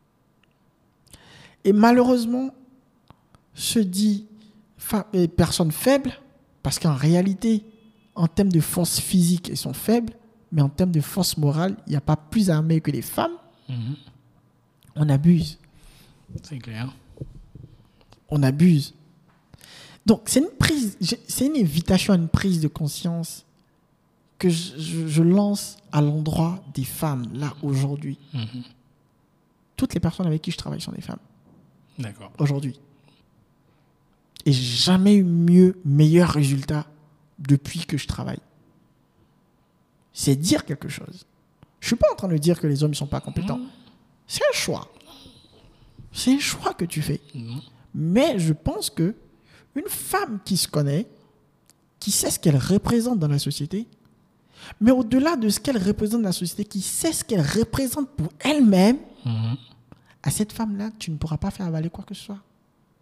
Et malheureusement, se dit personnes faibles, parce qu'en réalité, en termes de force physique, elles sont faibles, mais en termes de force morale, il n'y a pas plus armées que les femmes. On abuse. C'est clair. On abuse. Donc, c'est une invitation à une prise de conscience que je lance à l'endroit des femmes, là, aujourd'hui. Toutes les personnes avec qui je travaille sont des femmes. D'accord. Aujourd'hui. Et j'ai jamais eu meilleur résultat depuis que je travaille. C'est dire quelque chose. Je suis pas en train de dire que les hommes ne sont pas compétents. C'est un choix. C'est un choix que tu fais. Mais je pense que une femme qui se connaît, qui sait ce qu'elle représente dans la société, mais au-delà de ce qu'elle représente dans la société, qui sait ce qu'elle représente pour elle-même, à cette femme-là, tu ne pourras pas faire avaler quoi que ce soit.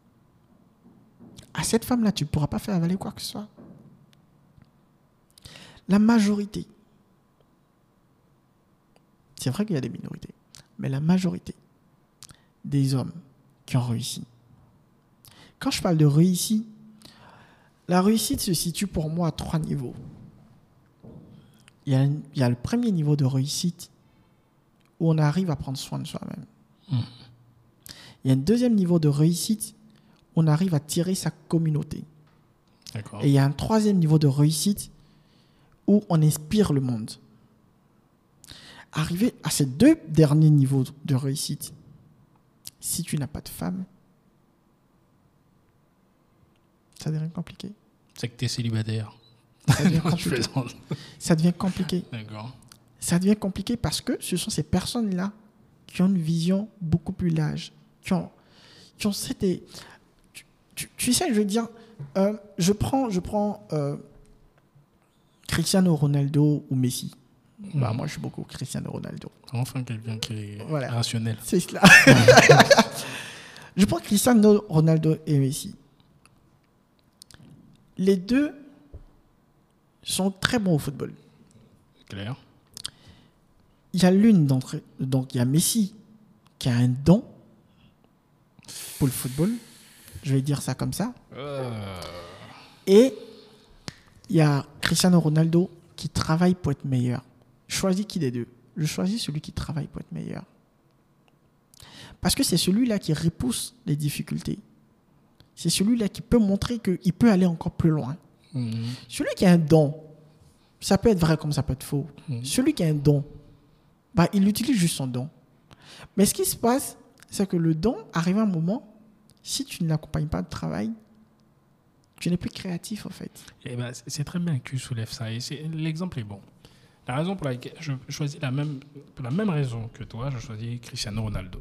À cette femme-là, tu ne pourras pas faire avaler quoi que ce soit. La majorité, c'est vrai qu'il y a des minorités, mais la majorité des hommes qui ont réussi. Quand je parle de réussite, la réussite se situe pour moi à 3 niveaux. Il y a le premier niveau de réussite où on arrive à prendre soin de soi-même. Il y a un deuxième niveau de réussite où on arrive à tirer sa communauté. D'accord. Et il y a un troisième niveau de réussite où on inspire le monde. Arriver à ces 2 derniers niveaux de réussite, si tu n'as pas de femme, ça devient compliqué. C'est que tu es célibataire. Ça devient Je compliqué. plaisante. Ça devient compliqué. D'accord. Ça devient compliqué parce que ce sont ces personnes-là qui ont une vision beaucoup plus large, qui ont cette... Tu sais, je veux dire, je prends Cristiano Ronaldo ou Messi. Bah, moi, je suis beaucoup Cristiano Ronaldo. Enfin, quelqu'un qui est Voilà. rationnel. C'est cela. Je prends Cristiano Ronaldo et Messi. Les deux sont très bons au football. Clair. Il y a l'une d'entre eux, donc il y a Messi qui a un don pour le football. Je vais dire ça comme ça. Et il y a Cristiano Ronaldo qui travaille pour être meilleur. Je choisis qui des deux? Je choisis celui qui travaille pour être meilleur. Parce que c'est celui-là qui repousse les difficultés. C'est celui-là qui peut montrer qu'il peut aller encore plus loin. Celui qui a un don, ça peut être vrai comme ça peut être faux. Celui qui a un don, bah, il utilise juste son don. Mais ce qui se passe, c'est que le don arrive à un moment, si tu ne l'accompagnes pas de travail, tu n'es plus créatif en fait. Eh ben, c'est très bien que tu soulèves ça. Et l'exemple est bon. La raison pour laquelle je choisis pour la même raison que toi, je choisis Cristiano Ronaldo.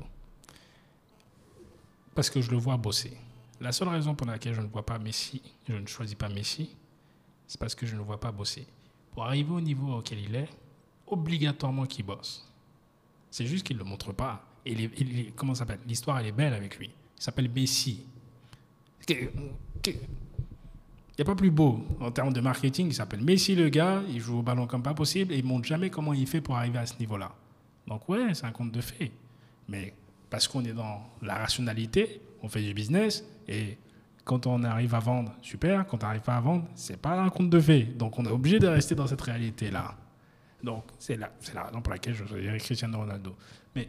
Parce que je le vois bosser. La seule raison pour laquelle je ne vois pas Messi, je ne choisis pas Messi, c'est parce que je ne le vois pas bosser. Pour arriver au niveau auquel il est, obligatoirement qu'il bosse. C'est juste qu'il ne le montre pas. Et comment ça s'appelle? L'histoire, elle est belle avec lui. Il s'appelle Messi. Il n'y a pas plus beau en termes de marketing. Il s'appelle Messi, le gars. Il joue au ballon comme pas possible et il ne montre jamais comment il fait pour arriver à ce niveau-là. Donc, ouais, c'est un conte de fées. Mais parce qu'on est dans la rationalité, on fait du business et quand on arrive à vendre, super. Quand on n'arrive pas à vendre, c'est pas un conte de fées. Donc, on est obligé de rester dans cette réalité-là. Donc, c'est la raison pour laquelle je choisirais Cristiano Ronaldo. Mais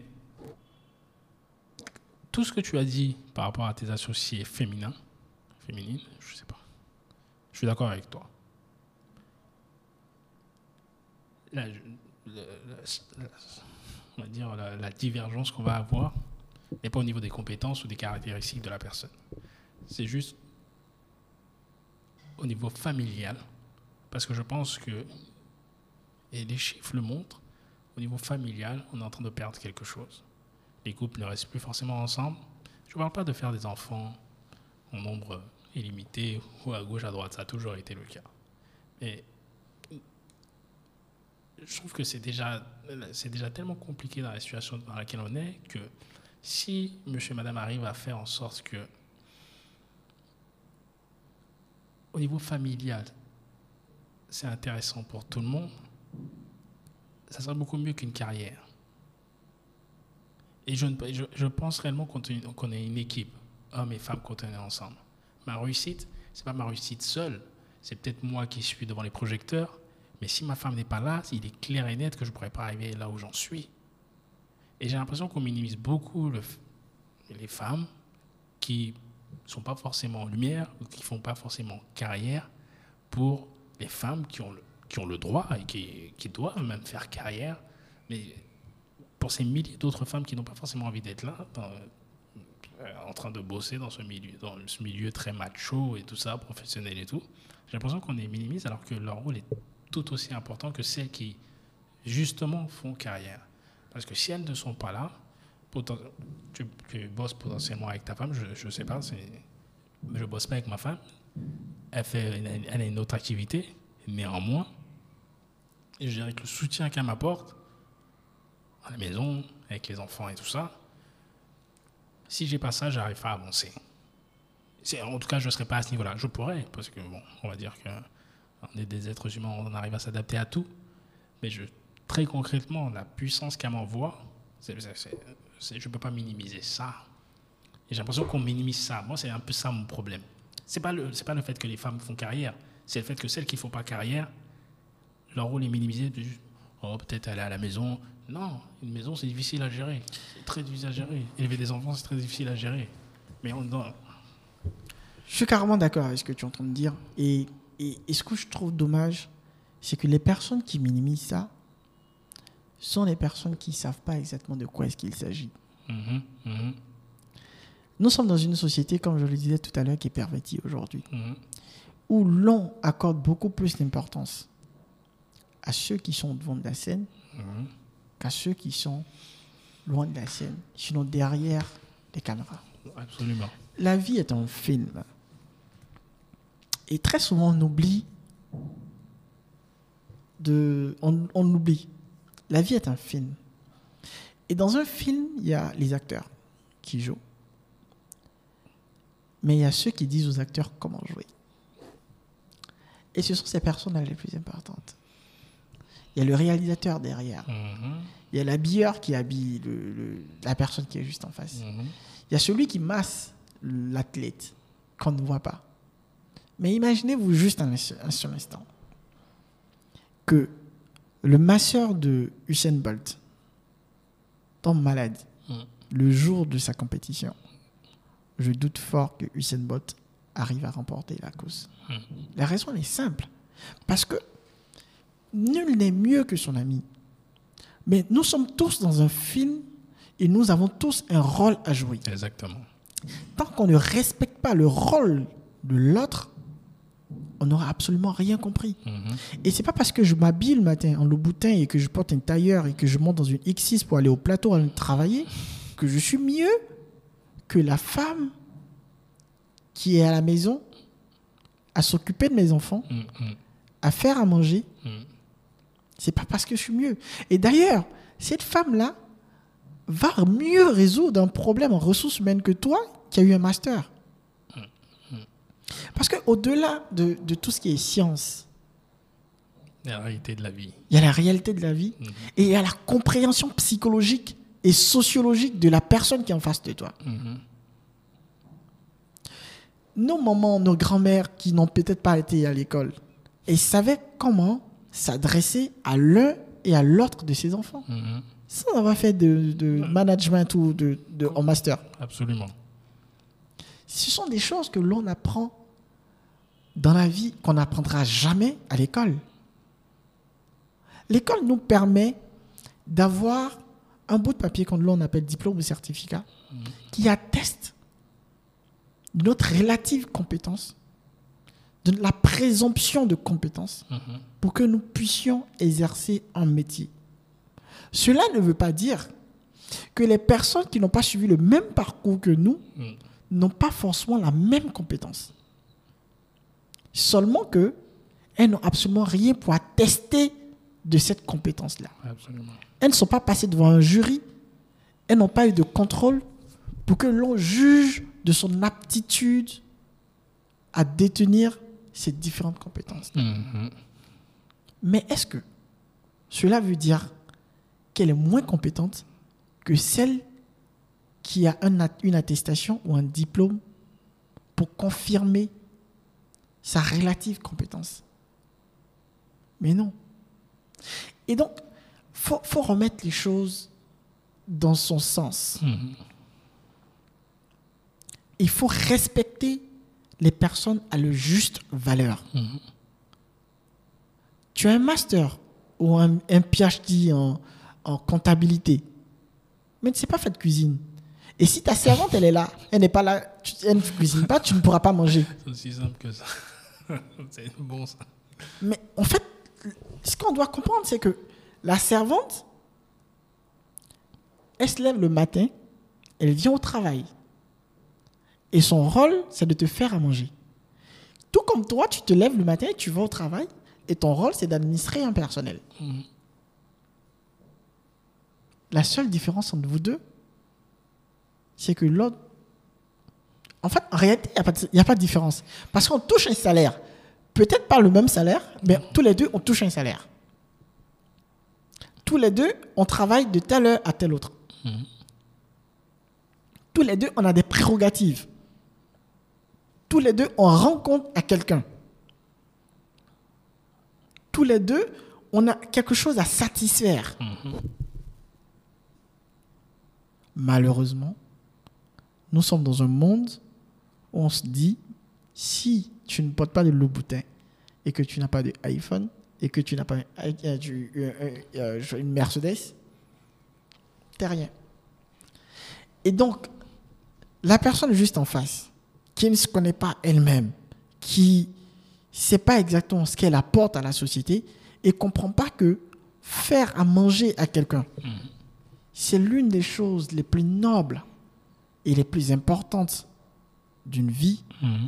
tout ce que tu as dit par rapport à tes associés féminines, je sais pas. Je suis d'accord avec toi. Là, on va dire la divergence qu'on va avoir n'est pas au niveau des compétences ou des caractéristiques de la personne. C'est juste au niveau familial. Parce que je pense que, et les chiffres le montrent, au niveau familial, on est en train de perdre quelque chose. Les couples ne restent plus forcément ensemble. Je ne parle pas de faire des enfants en nombre illimité ou à gauche, à droite. Ça a toujours été le cas. Mais je trouve que c'est déjà tellement compliqué dans la situation dans laquelle on est que si monsieur et madame arrivent à faire en sorte que, au niveau familial, c'est intéressant pour tout le monde, ça serait beaucoup mieux qu'une carrière. Et je pense réellement qu'on est une équipe, hommes et femmes, quand on est ensemble. Ma réussite, ce n'est pas ma réussite seule. C'est peut-être moi qui suis devant les projecteurs. Mais si ma femme n'est pas là, il est clair et net que je ne pourrais pas arriver là où j'en suis. Et j'ai l'impression qu'on minimise beaucoup les femmes qui ne sont pas forcément en lumière, ou qui ne font pas forcément carrière, pour les femmes qui ont le droit et qui doivent même faire carrière. Mais pour ces milliers d'autres femmes qui n'ont pas forcément envie d'être là, en train de bosser dans ce milieu très macho et tout ça, professionnel et tout, j'ai l'impression qu'on les minimise alors que leur rôle est tout aussi important que celles qui, justement, font carrière. Parce que si elles ne sont pas là, tu bosses potentiellement avec ta femme, je ne sais pas, je ne bosse pas avec ma femme, elle a une autre activité, néanmoins, et je dirais que le soutien qu'elle m'apporte, à la maison, avec les enfants et tout ça, si j'ai pas ça, j'arrive pas à avancer. En tout cas, je ne serai pas à ce niveau-là. Je pourrais, parce que, bon, on va dire qu'on est des êtres humains, on arrive à s'adapter à tout. Mais très concrètement, la puissance qu'elle m'envoie, je ne peux pas minimiser ça. Et j'ai l'impression qu'on minimise ça. Moi, c'est un peu ça mon problème. C'est pas le fait que les femmes font carrière, c'est le fait que celles qui ne font pas carrière, leur rôle est minimisé. Oh, peut-être aller à la maison. Non, une maison, c'est difficile à gérer. C'est très difficile à gérer. Élever des enfants, c'est très difficile à gérer. Mais Je suis carrément d'accord avec ce que tu es en train de dire. Et ce que je trouve dommage, c'est que les personnes qui minimisent ça sont les personnes qui ne savent pas exactement de quoi est-ce qu'il s'agit. Nous sommes dans une société, comme je le disais tout à l'heure, qui est pervertie aujourd'hui. où l'on accorde beaucoup plus d'importance à ceux qui sont devant de la scène qu'à ceux qui sont loin de la scène, sinon derrière les caméras. Absolument. La vie est un film. Et très souvent, on oublie on oublie. La vie est un film. Et dans un film, il y a les acteurs qui jouent. Mais il y a ceux qui disent aux acteurs comment jouer. Et ce sont ces personnes les plus importantes. Il y a le réalisateur derrière. Il y a l'habilleur qui habille la personne qui est juste en face. Il y a celui qui masse l'athlète qu'on ne voit pas. Mais imaginez-vous juste un seul instant que le masseur de Usain Bolt tombe malade le jour de sa compétition. Je doute fort que Usain Bolt arrive à remporter la course. La raison est simple. Parce que nul n'est mieux que son ami. Mais nous sommes tous dans un film et nous avons tous un rôle à jouer. Exactement. Tant qu'on ne respecte pas le rôle de l'autre, on n'aura absolument rien compris. Et c'est pas parce que je m'habille le matin en Louboutin et que je porte un tailleur et que je monte dans une X6 pour aller au plateau aller travailler que je suis mieux que la femme qui est à la maison à s'occuper de mes enfants, à faire à manger. C'est pas parce que je suis mieux. Et d'ailleurs, cette femme-là va mieux résoudre un problème en ressources humaines que toi qui as eu un master. Parce qu'au-delà de tout ce qui est science, il y a la réalité de la vie. Il y a la réalité de la vie et il y a la compréhension psychologique et sociologique de la personne qui est en face de toi. Nos mamans, nos grands-mères qui n'ont peut-être pas été à l'école et savaient comment s'adresser à l'un et à l'autre de ses enfants. Sans avoir fait de management ou en master. Absolument. Ce sont des choses que l'on apprend dans la vie, qu'on n'apprendra jamais à l'école. L'école nous permet d'avoir un bout de papier qu'on l'on appelle diplôme ou certificat qui atteste de notre relative compétence, de la présomption de compétence pour que nous puissions exercer un métier. Cela ne veut pas dire que les personnes qui n'ont pas suivi le même parcours que nous n'ont pas forcément la même compétence. Seulement qu'elles n'ont absolument rien pour attester de cette compétence-là. Absolument. Elles ne sont pas passées devant un jury, elles n'ont pas eu de contrôle pour que l'on juge de son aptitude à détenir ces différentes compétences. Mais est-ce que cela veut dire qu'elle est moins compétente que celle qui a une attestation ou un diplôme pour confirmer sa relative compétence? Mais non. Et donc, faut remettre les choses dans son sens. Il faut respecter les personnes à leur juste valeur. Tu as un master ou un PhD en comptabilité, mais tu ne sais pas faire de cuisine. Et si ta servante, elle est là, elle n'est pas là, elle ne cuisine pas, tu ne pourras pas manger. C'est aussi simple que ça. C'est bon, ça. Mais en fait, ce qu'on doit comprendre, c'est que la servante, elle se lève le matin, elle vient au travail. Et son rôle, c'est de te faire à manger. Tout comme toi, tu te lèves le matin et tu vas au travail, et ton rôle, c'est d'administrer un personnel. La seule différence entre vous deux, c'est que l'autre... En fait, en réalité, il n'y a pas de différence. Parce qu'on touche un salaire. Peut-être pas le même salaire, mais tous les deux, on touche un salaire. Tous les deux, on travaille de telle heure à telle autre. Tous les deux, on a des prérogatives. Tous les deux, on rend compte à quelqu'un. Tous les deux, on a quelque chose à satisfaire. Malheureusement, nous sommes dans un monde où on se dit, si tu ne portes pas de Louboutin et que tu n'as pas d'iPhone et que tu n'as pas une Mercedes, t'es rien. Et donc, la personne juste en face, qui ne se connaît pas elle-même, qui sait pas exactement ce qu'elle apporte à la société et comprend pas que faire à manger à quelqu'un, c'est l'une des choses les plus nobles et les plus importantes d'une vie.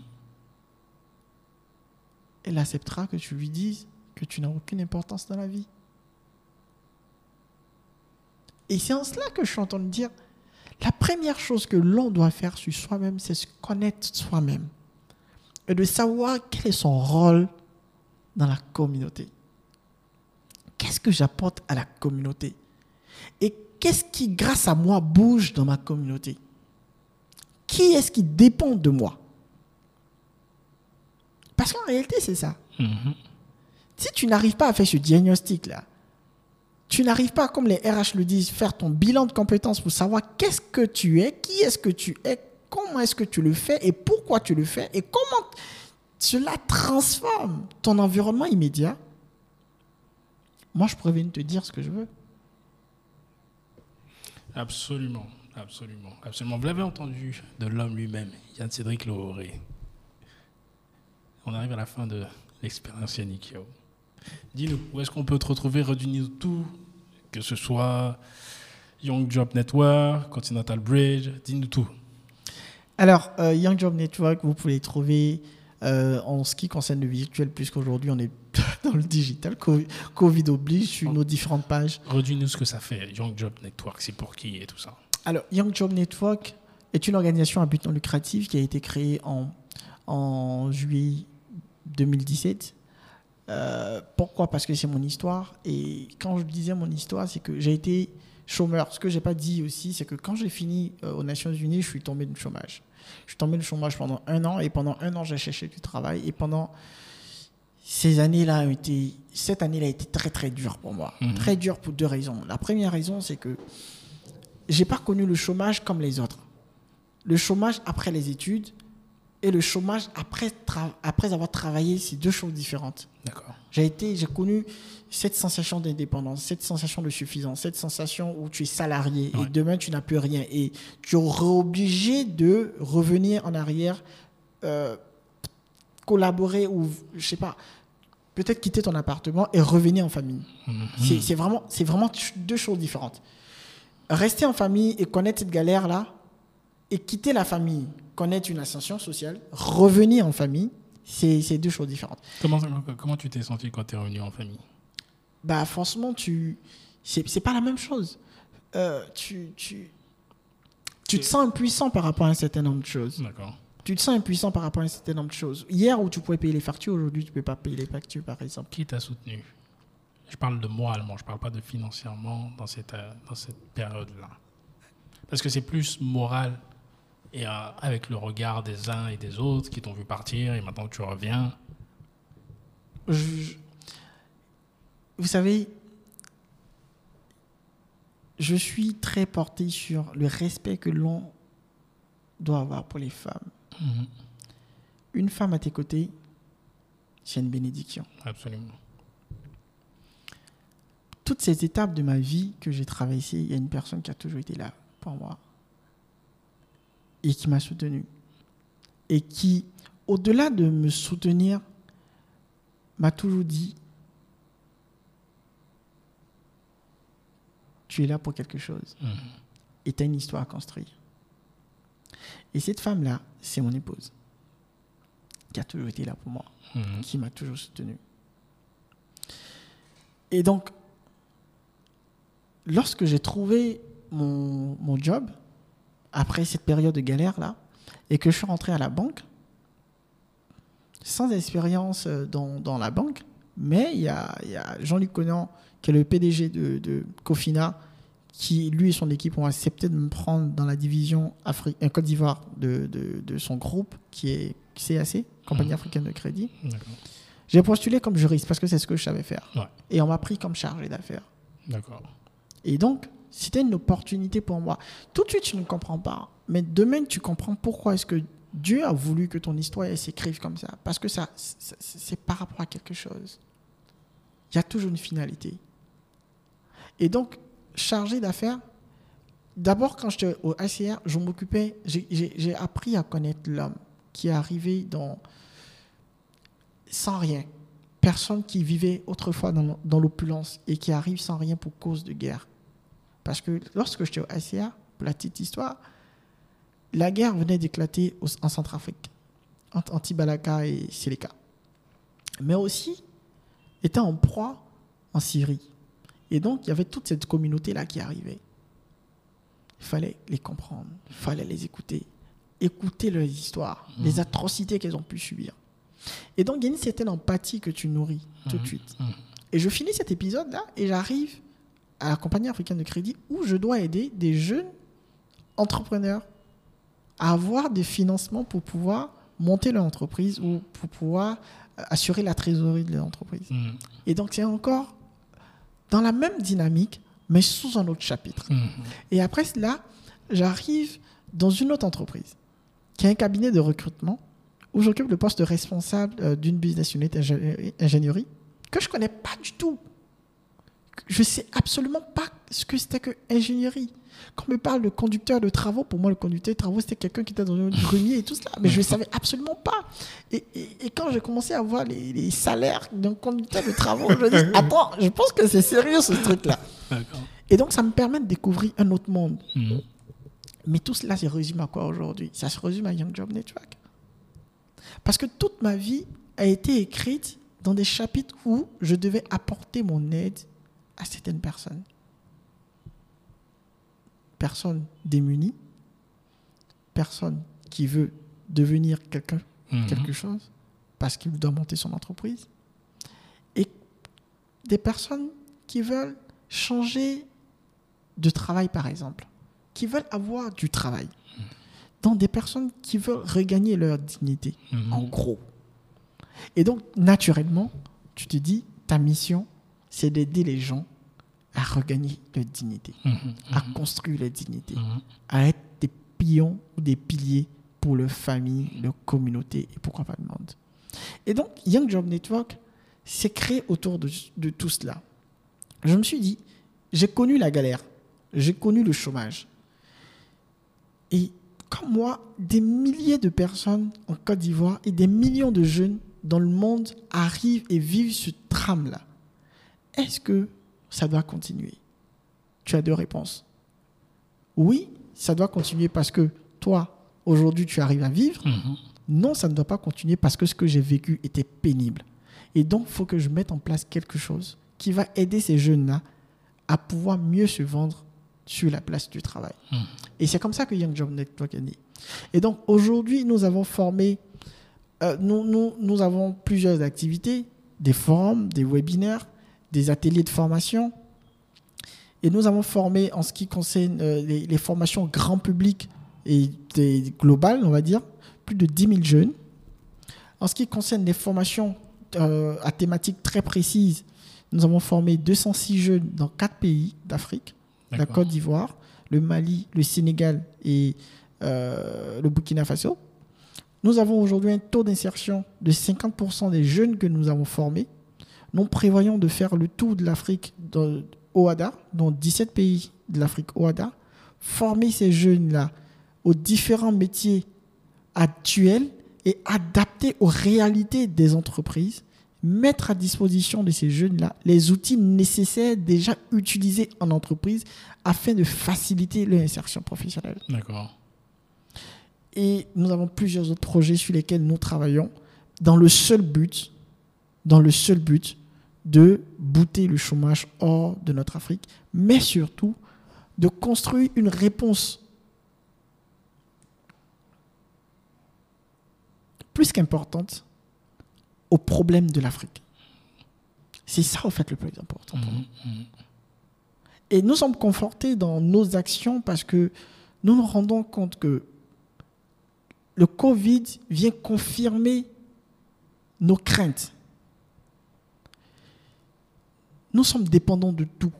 Elle acceptera que tu lui dises que tu n'as aucune importance dans la vie. Et c'est en cela que je suis en train de dire, la première chose que l'on doit faire sur soi-même, c'est se connaître soi-même et de savoir quel est son rôle dans la communauté. Qu'est-ce que j'apporte à la communauté? Et qu'est-ce qui, grâce à moi, bouge dans ma communauté? Qui est-ce qui dépend de moi? Parce qu'en réalité, c'est ça. Si tu n'arrives pas à faire ce diagnostic-là, tu n'arrives pas, comme les RH le disent, faire ton bilan de compétences pour savoir qu'est-ce que tu es, qui est-ce que tu es, comment est-ce que tu le fais et pourquoi tu le fais et comment cela transforme ton environnement immédiat, moi, je pourrais venir te dire ce que je veux. Absolument, absolument, absolument. Vous l'avez entendu de l'homme lui-même, Yann Cédric Lauré. On arrive à la fin de l'expérience Yannick Yao. Dis-nous, où est-ce qu'on peut te retrouver? Redis-nous tout, que ce soit Young Job Network, Continental Bridge, dis-nous tout. Alors, Young Job Network, vous pouvez les trouver en ce qui concerne le virtuel, puisqu'aujourd'hui, on est dans le digital. Covid oblige sur nos différentes pages. Redis-nous ce que ça fait, Young Job Network, c'est pour qui et tout ça? Alors, Young Job Network est une organisation à but non lucratif qui a été créée en juillet 2017. Pourquoi? Parce que c'est mon histoire. Et quand je disais mon histoire, c'est que j'ai été chômeur. Ce que je n'ai pas dit aussi, c'est que quand j'ai fini aux Nations Unies, je suis tombé de chômage. Je suis tombé de chômage pendant 1 an. Et pendant 1 an, j'ai cherché du travail. Et pendant cette année-là a été très, très dure pour moi. Très dure pour 2 raisons. La première raison, c'est que je n'ai pas connu le chômage comme les autres. Le chômage après les études et le chômage après avoir travaillé, c'est 2 choses différentes. D'accord. J'ai connu cette sensation d'indépendance, cette sensation de suffisance, cette sensation où tu es salarié et demain tu n'as plus rien et tu es obligé de revenir en arrière, collaborer ou je sais pas, peut-être quitter ton appartement et revenir en famille. C'est vraiment 2 choses différentes. Rester en famille et connaître cette galère-là et quitter la famille, connaître une ascension sociale, revenir en famille, c'est 2 choses différentes. Comment tu t'es senti quand tu es revenu en famille? Bah, franchement, c'est pas la même chose. Tu te sens impuissant par rapport à un certain nombre de choses. D'accord. Tu te sens impuissant par rapport à un certain nombre de choses. Hier, où tu pouvais payer les factures, aujourd'hui, tu ne peux pas payer les factures, par exemple. Qui t'a soutenu? Je parle de moralement, je ne parle pas de financièrement dans cette période-là. Parce que c'est plus moral et avec le regard des uns et des autres qui t'ont vu partir et maintenant tu reviens. Vous savez, je suis très porté sur le respect que l'on doit avoir pour les femmes. Une femme à tes côtés, c'est une bénédiction. Absolument. Toutes ces étapes de ma vie que j'ai traversées, il y a une personne qui a toujours été là pour moi et qui m'a soutenu. Et qui, au-delà de me soutenir, m'a toujours dit: tu es là pour quelque chose. Et tu as une histoire à construire. Et cette femme-là, c'est mon épouse, qui a toujours été là pour moi, qui m'a toujours soutenu. Et donc, lorsque j'ai trouvé mon job, après cette période de galère-là, et que je suis rentré à la banque, sans expérience dans la banque, mais il y a Jean-Luc Conan, qui est le PDG de Cofina, qui, lui et son équipe, ont accepté de me prendre dans la division Côte d'Ivoire de son groupe, qui est CAC, Compagnie Africaine de Crédit. D'accord. J'ai postulé comme juriste parce que c'est ce que je savais faire. Ouais. Et on m'a pris comme chargé d'affaires. D'accord. Et donc, c'était une opportunité pour moi. Tout de suite, tu ne comprends pas. Mais demain, tu comprends pourquoi est-ce que Dieu a voulu que ton histoire s'écrive comme ça. Parce que c'est par rapport à quelque chose. Il y a toujours une finalité. Et donc, chargé d'affaires, d'abord, quand j'étais au ACR, je m'occupais, j'ai appris à connaître l'homme qui est arrivé dans... sans rien. Personne qui vivait autrefois dans l'opulence et qui arrive sans rien pour cause de guerre. Parce que lorsque j'étais au ACA, pour la petite histoire, la guerre venait d'éclater en Centrafrique, entre Tibalaka et Séléka. Mais aussi, était en proie en Syrie. Et donc, il y avait toute cette communauté-là qui arrivait. Il fallait les comprendre, il fallait les écouter leurs histoires, les atrocités qu'elles ont pu subir. Et donc, il y a une certaine empathie que tu nourris tout de suite. Et je finis cet épisode-là et j'arrive à la compagnie africaine de crédit où je dois aider des jeunes entrepreneurs à avoir des financements pour pouvoir monter leur entreprise ou pour pouvoir assurer la trésorerie de leur entreprise. Et donc, c'est encore dans la même dynamique, mais sous un autre chapitre. Et après cela, j'arrive dans une autre entreprise qui a un cabinet de recrutement où j'occupe le poste de responsable d'une business unit ingénierie que je ne connais pas du tout. Je ne sais absolument pas ce que c'était que ingénierie. Quand on me parle de conducteur de travaux, pour moi, le conducteur de travaux, c'était quelqu'un qui était dans un grenier et tout cela. Mais je ne savais absolument pas. Et quand j'ai commencé à voir les salaires d'un conducteur de travaux, je me dis, attends, je pense que c'est sérieux ce truc-là. D'accord. Et donc, ça me permet de découvrir un autre monde. Mais tout cela se résume à quoi aujourd'hui? Ça se résume à Young Job Network. Parce que toute ma vie a été écrite dans des chapitres où je devais apporter mon aide à certaines personnes. Personne démunie, personne qui veut devenir quelque chose parce qu'il doit monter son entreprise, et des personnes qui veulent changer de travail, par exemple, qui veulent avoir du travail, donc des personnes qui veulent regagner leur dignité, en gros. Et donc, naturellement, tu te dis, ta mission, c'est d'aider les gens à regagner leur dignité, à construire leur dignité, à être des pions ou des piliers pour leur famille, leur communauté et pourquoi pas le monde. Et donc, Young Job Network s'est créé autour de tout cela. Je me suis dit, j'ai connu la galère, j'ai connu le chômage. Et comme moi, des milliers de personnes en Côte d'Ivoire et des millions de jeunes dans le monde arrivent et vivent ce drame-là. Est-ce que ça doit continuer? Tu as deux réponses. Oui, ça doit continuer parce que toi, aujourd'hui, tu arrives à vivre. Non, ça ne doit pas continuer parce que ce que j'ai vécu était pénible. Et donc, il faut que je mette en place quelque chose qui va aider ces jeunes-là à pouvoir mieux se vendre sur la place du travail. Et c'est comme ça que Young Job Network est né. Et donc, aujourd'hui, nous avons formé, nous avons plusieurs activités, des forums, des webinaires, des ateliers de formation. Et nous avons formé, en ce qui concerne les formations grand public et globales, on va dire, plus de 10 000 jeunes. En ce qui concerne les formations à thématiques très précises, nous avons formé 206 jeunes dans 4 pays d'Afrique, la Côte d'Ivoire, le Mali, le Sénégal et le Burkina Faso. Nous avons aujourd'hui un taux d'insertion de 50% des jeunes que nous avons formés. Nous prévoyons de faire le tour de l'Afrique au OADA, dans 17 pays de l'Afrique OADA, former ces jeunes-là aux différents métiers actuels et adaptés aux réalités des entreprises, mettre à disposition de ces jeunes-là les outils nécessaires déjà utilisés en entreprise afin de faciliter leur insertion professionnelle. D'accord. Et nous avons plusieurs autres projets sur lesquels nous travaillons dans le seul but de bouter le chômage hors de notre Afrique, mais surtout de construire une réponse plus qu'importante aux problèmes de l'Afrique. C'est ça, en fait, le plus important pour nous. Et nous sommes confortés dans nos actions parce que nous nous rendons compte que le Covid vient confirmer nos craintes. Nous sommes dépendants de tout.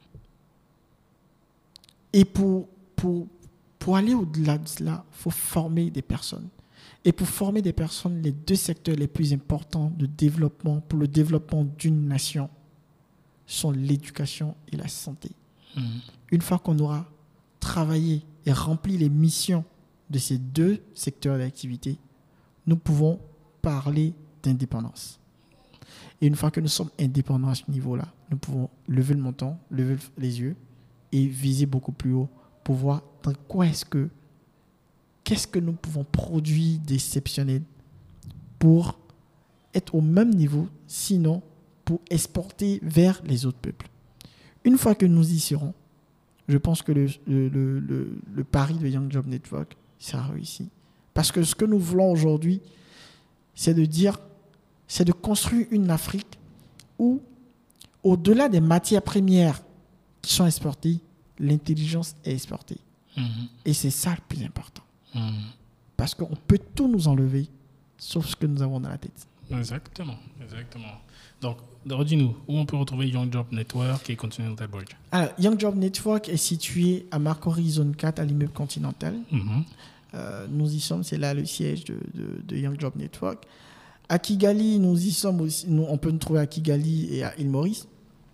Et pour aller au-delà de cela, il faut former des personnes. Et pour former des personnes, les deux secteurs les plus importants de développement pour le développement d'une nation sont l'éducation et la santé. Une fois qu'on aura travaillé et rempli les missions de ces deux secteurs d'activité, nous pouvons parler d'indépendance. Et une fois que nous sommes indépendants à ce niveau-là, nous pouvons lever le menton, lever les yeux et viser beaucoup plus haut pour voir dans qu'est-ce que nous pouvons produire d'exceptionnel pour être au même niveau, sinon pour exporter vers les autres peuples. Une fois que nous y serons, je pense que le pari de Young Job Network sera réussi. Parce que ce que nous voulons aujourd'hui, c'est de construire une Afrique où, au-delà des matières premières qui sont exportées, l'intelligence est exportée. Et c'est ça le plus important. Parce qu'on peut tout nous enlever, sauf ce que nous avons dans la tête. Exactement. Donc, redis-nous, où on peut retrouver Young Job Network et Continental Bridge? Alors, Young Job Network est situé à Marcory Zone 4, à l'immeuble Continental. Nous y sommes, c'est là le siège de Young Job Network. À Kigali, nous y sommes aussi. On peut nous trouver à Kigali et à Île Maurice.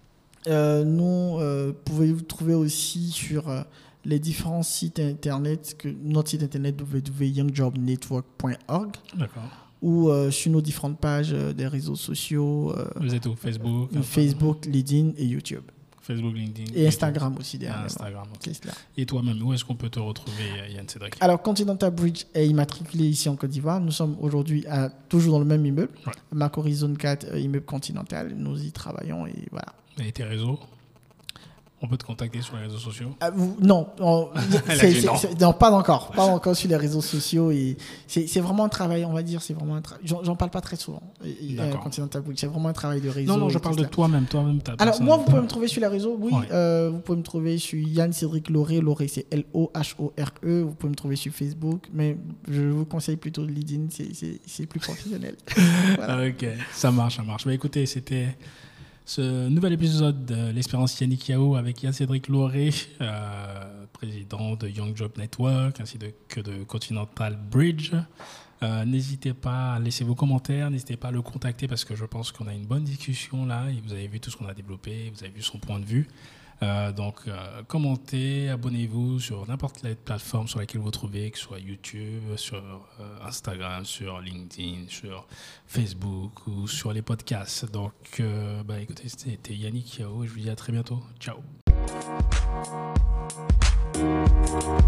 Pouvez vous trouver aussi sur les différents sites internet, notre site internet www.youngjobnetwork.org. D'accord. Ou sur nos différentes pages des réseaux sociaux. Vous êtes où? Facebook, LinkedIn et YouTube. Facebook, LinkedIn. Et Instagram aussi derrière. Instagram. Okay. C'est cela. Et toi-même, où est-ce qu'on peut te retrouver, Yann Cédric? Alors, Continental Bridge est immatriculé ici en Côte d'Ivoire. Nous sommes aujourd'hui toujours dans le même immeuble, Marcory Zone 4, immeuble Continental. Nous y travaillons et voilà. Et tes réseaux? On peut te contacter sur les réseaux sociaux? Non, non, pas encore. Pas encore sur les réseaux sociaux. Et c'est vraiment un travail, on va dire, c'est vraiment un travail. J'en parle pas très souvent. Continental Bridge, c'est vraiment un travail de réseau. Non, je parle de toi-même. Alors, moi, vous pouvez me trouver sur les réseaux, oui. Ouais. Vous pouvez me trouver sur Yann Cédric Loré. Loré, c'est Lohore. Vous pouvez me trouver sur Facebook, mais je vous conseille plutôt LinkedIn, c'est plus professionnel. Voilà. Ok, ça marche. Mais écoutez, c'était ce nouvel épisode de l'Espérance Yannick Yao avec Yann Cédric Loré, président de Young Job Network ainsi que de Continental Bridge. N'hésitez pas à laisser vos commentaires, n'hésitez pas à le contacter parce que je pense qu'on a une bonne discussion là et vous avez vu tout ce qu'on a développé, vous avez vu son point de vue. Donc, commentez, abonnez-vous sur n'importe quelle plateforme sur laquelle vous trouvez, que ce soit YouTube, sur Instagram, sur LinkedIn, sur Facebook ou sur les podcasts. Donc, écoutez, c'était Yannick Yao et je vous dis à très bientôt. Ciao.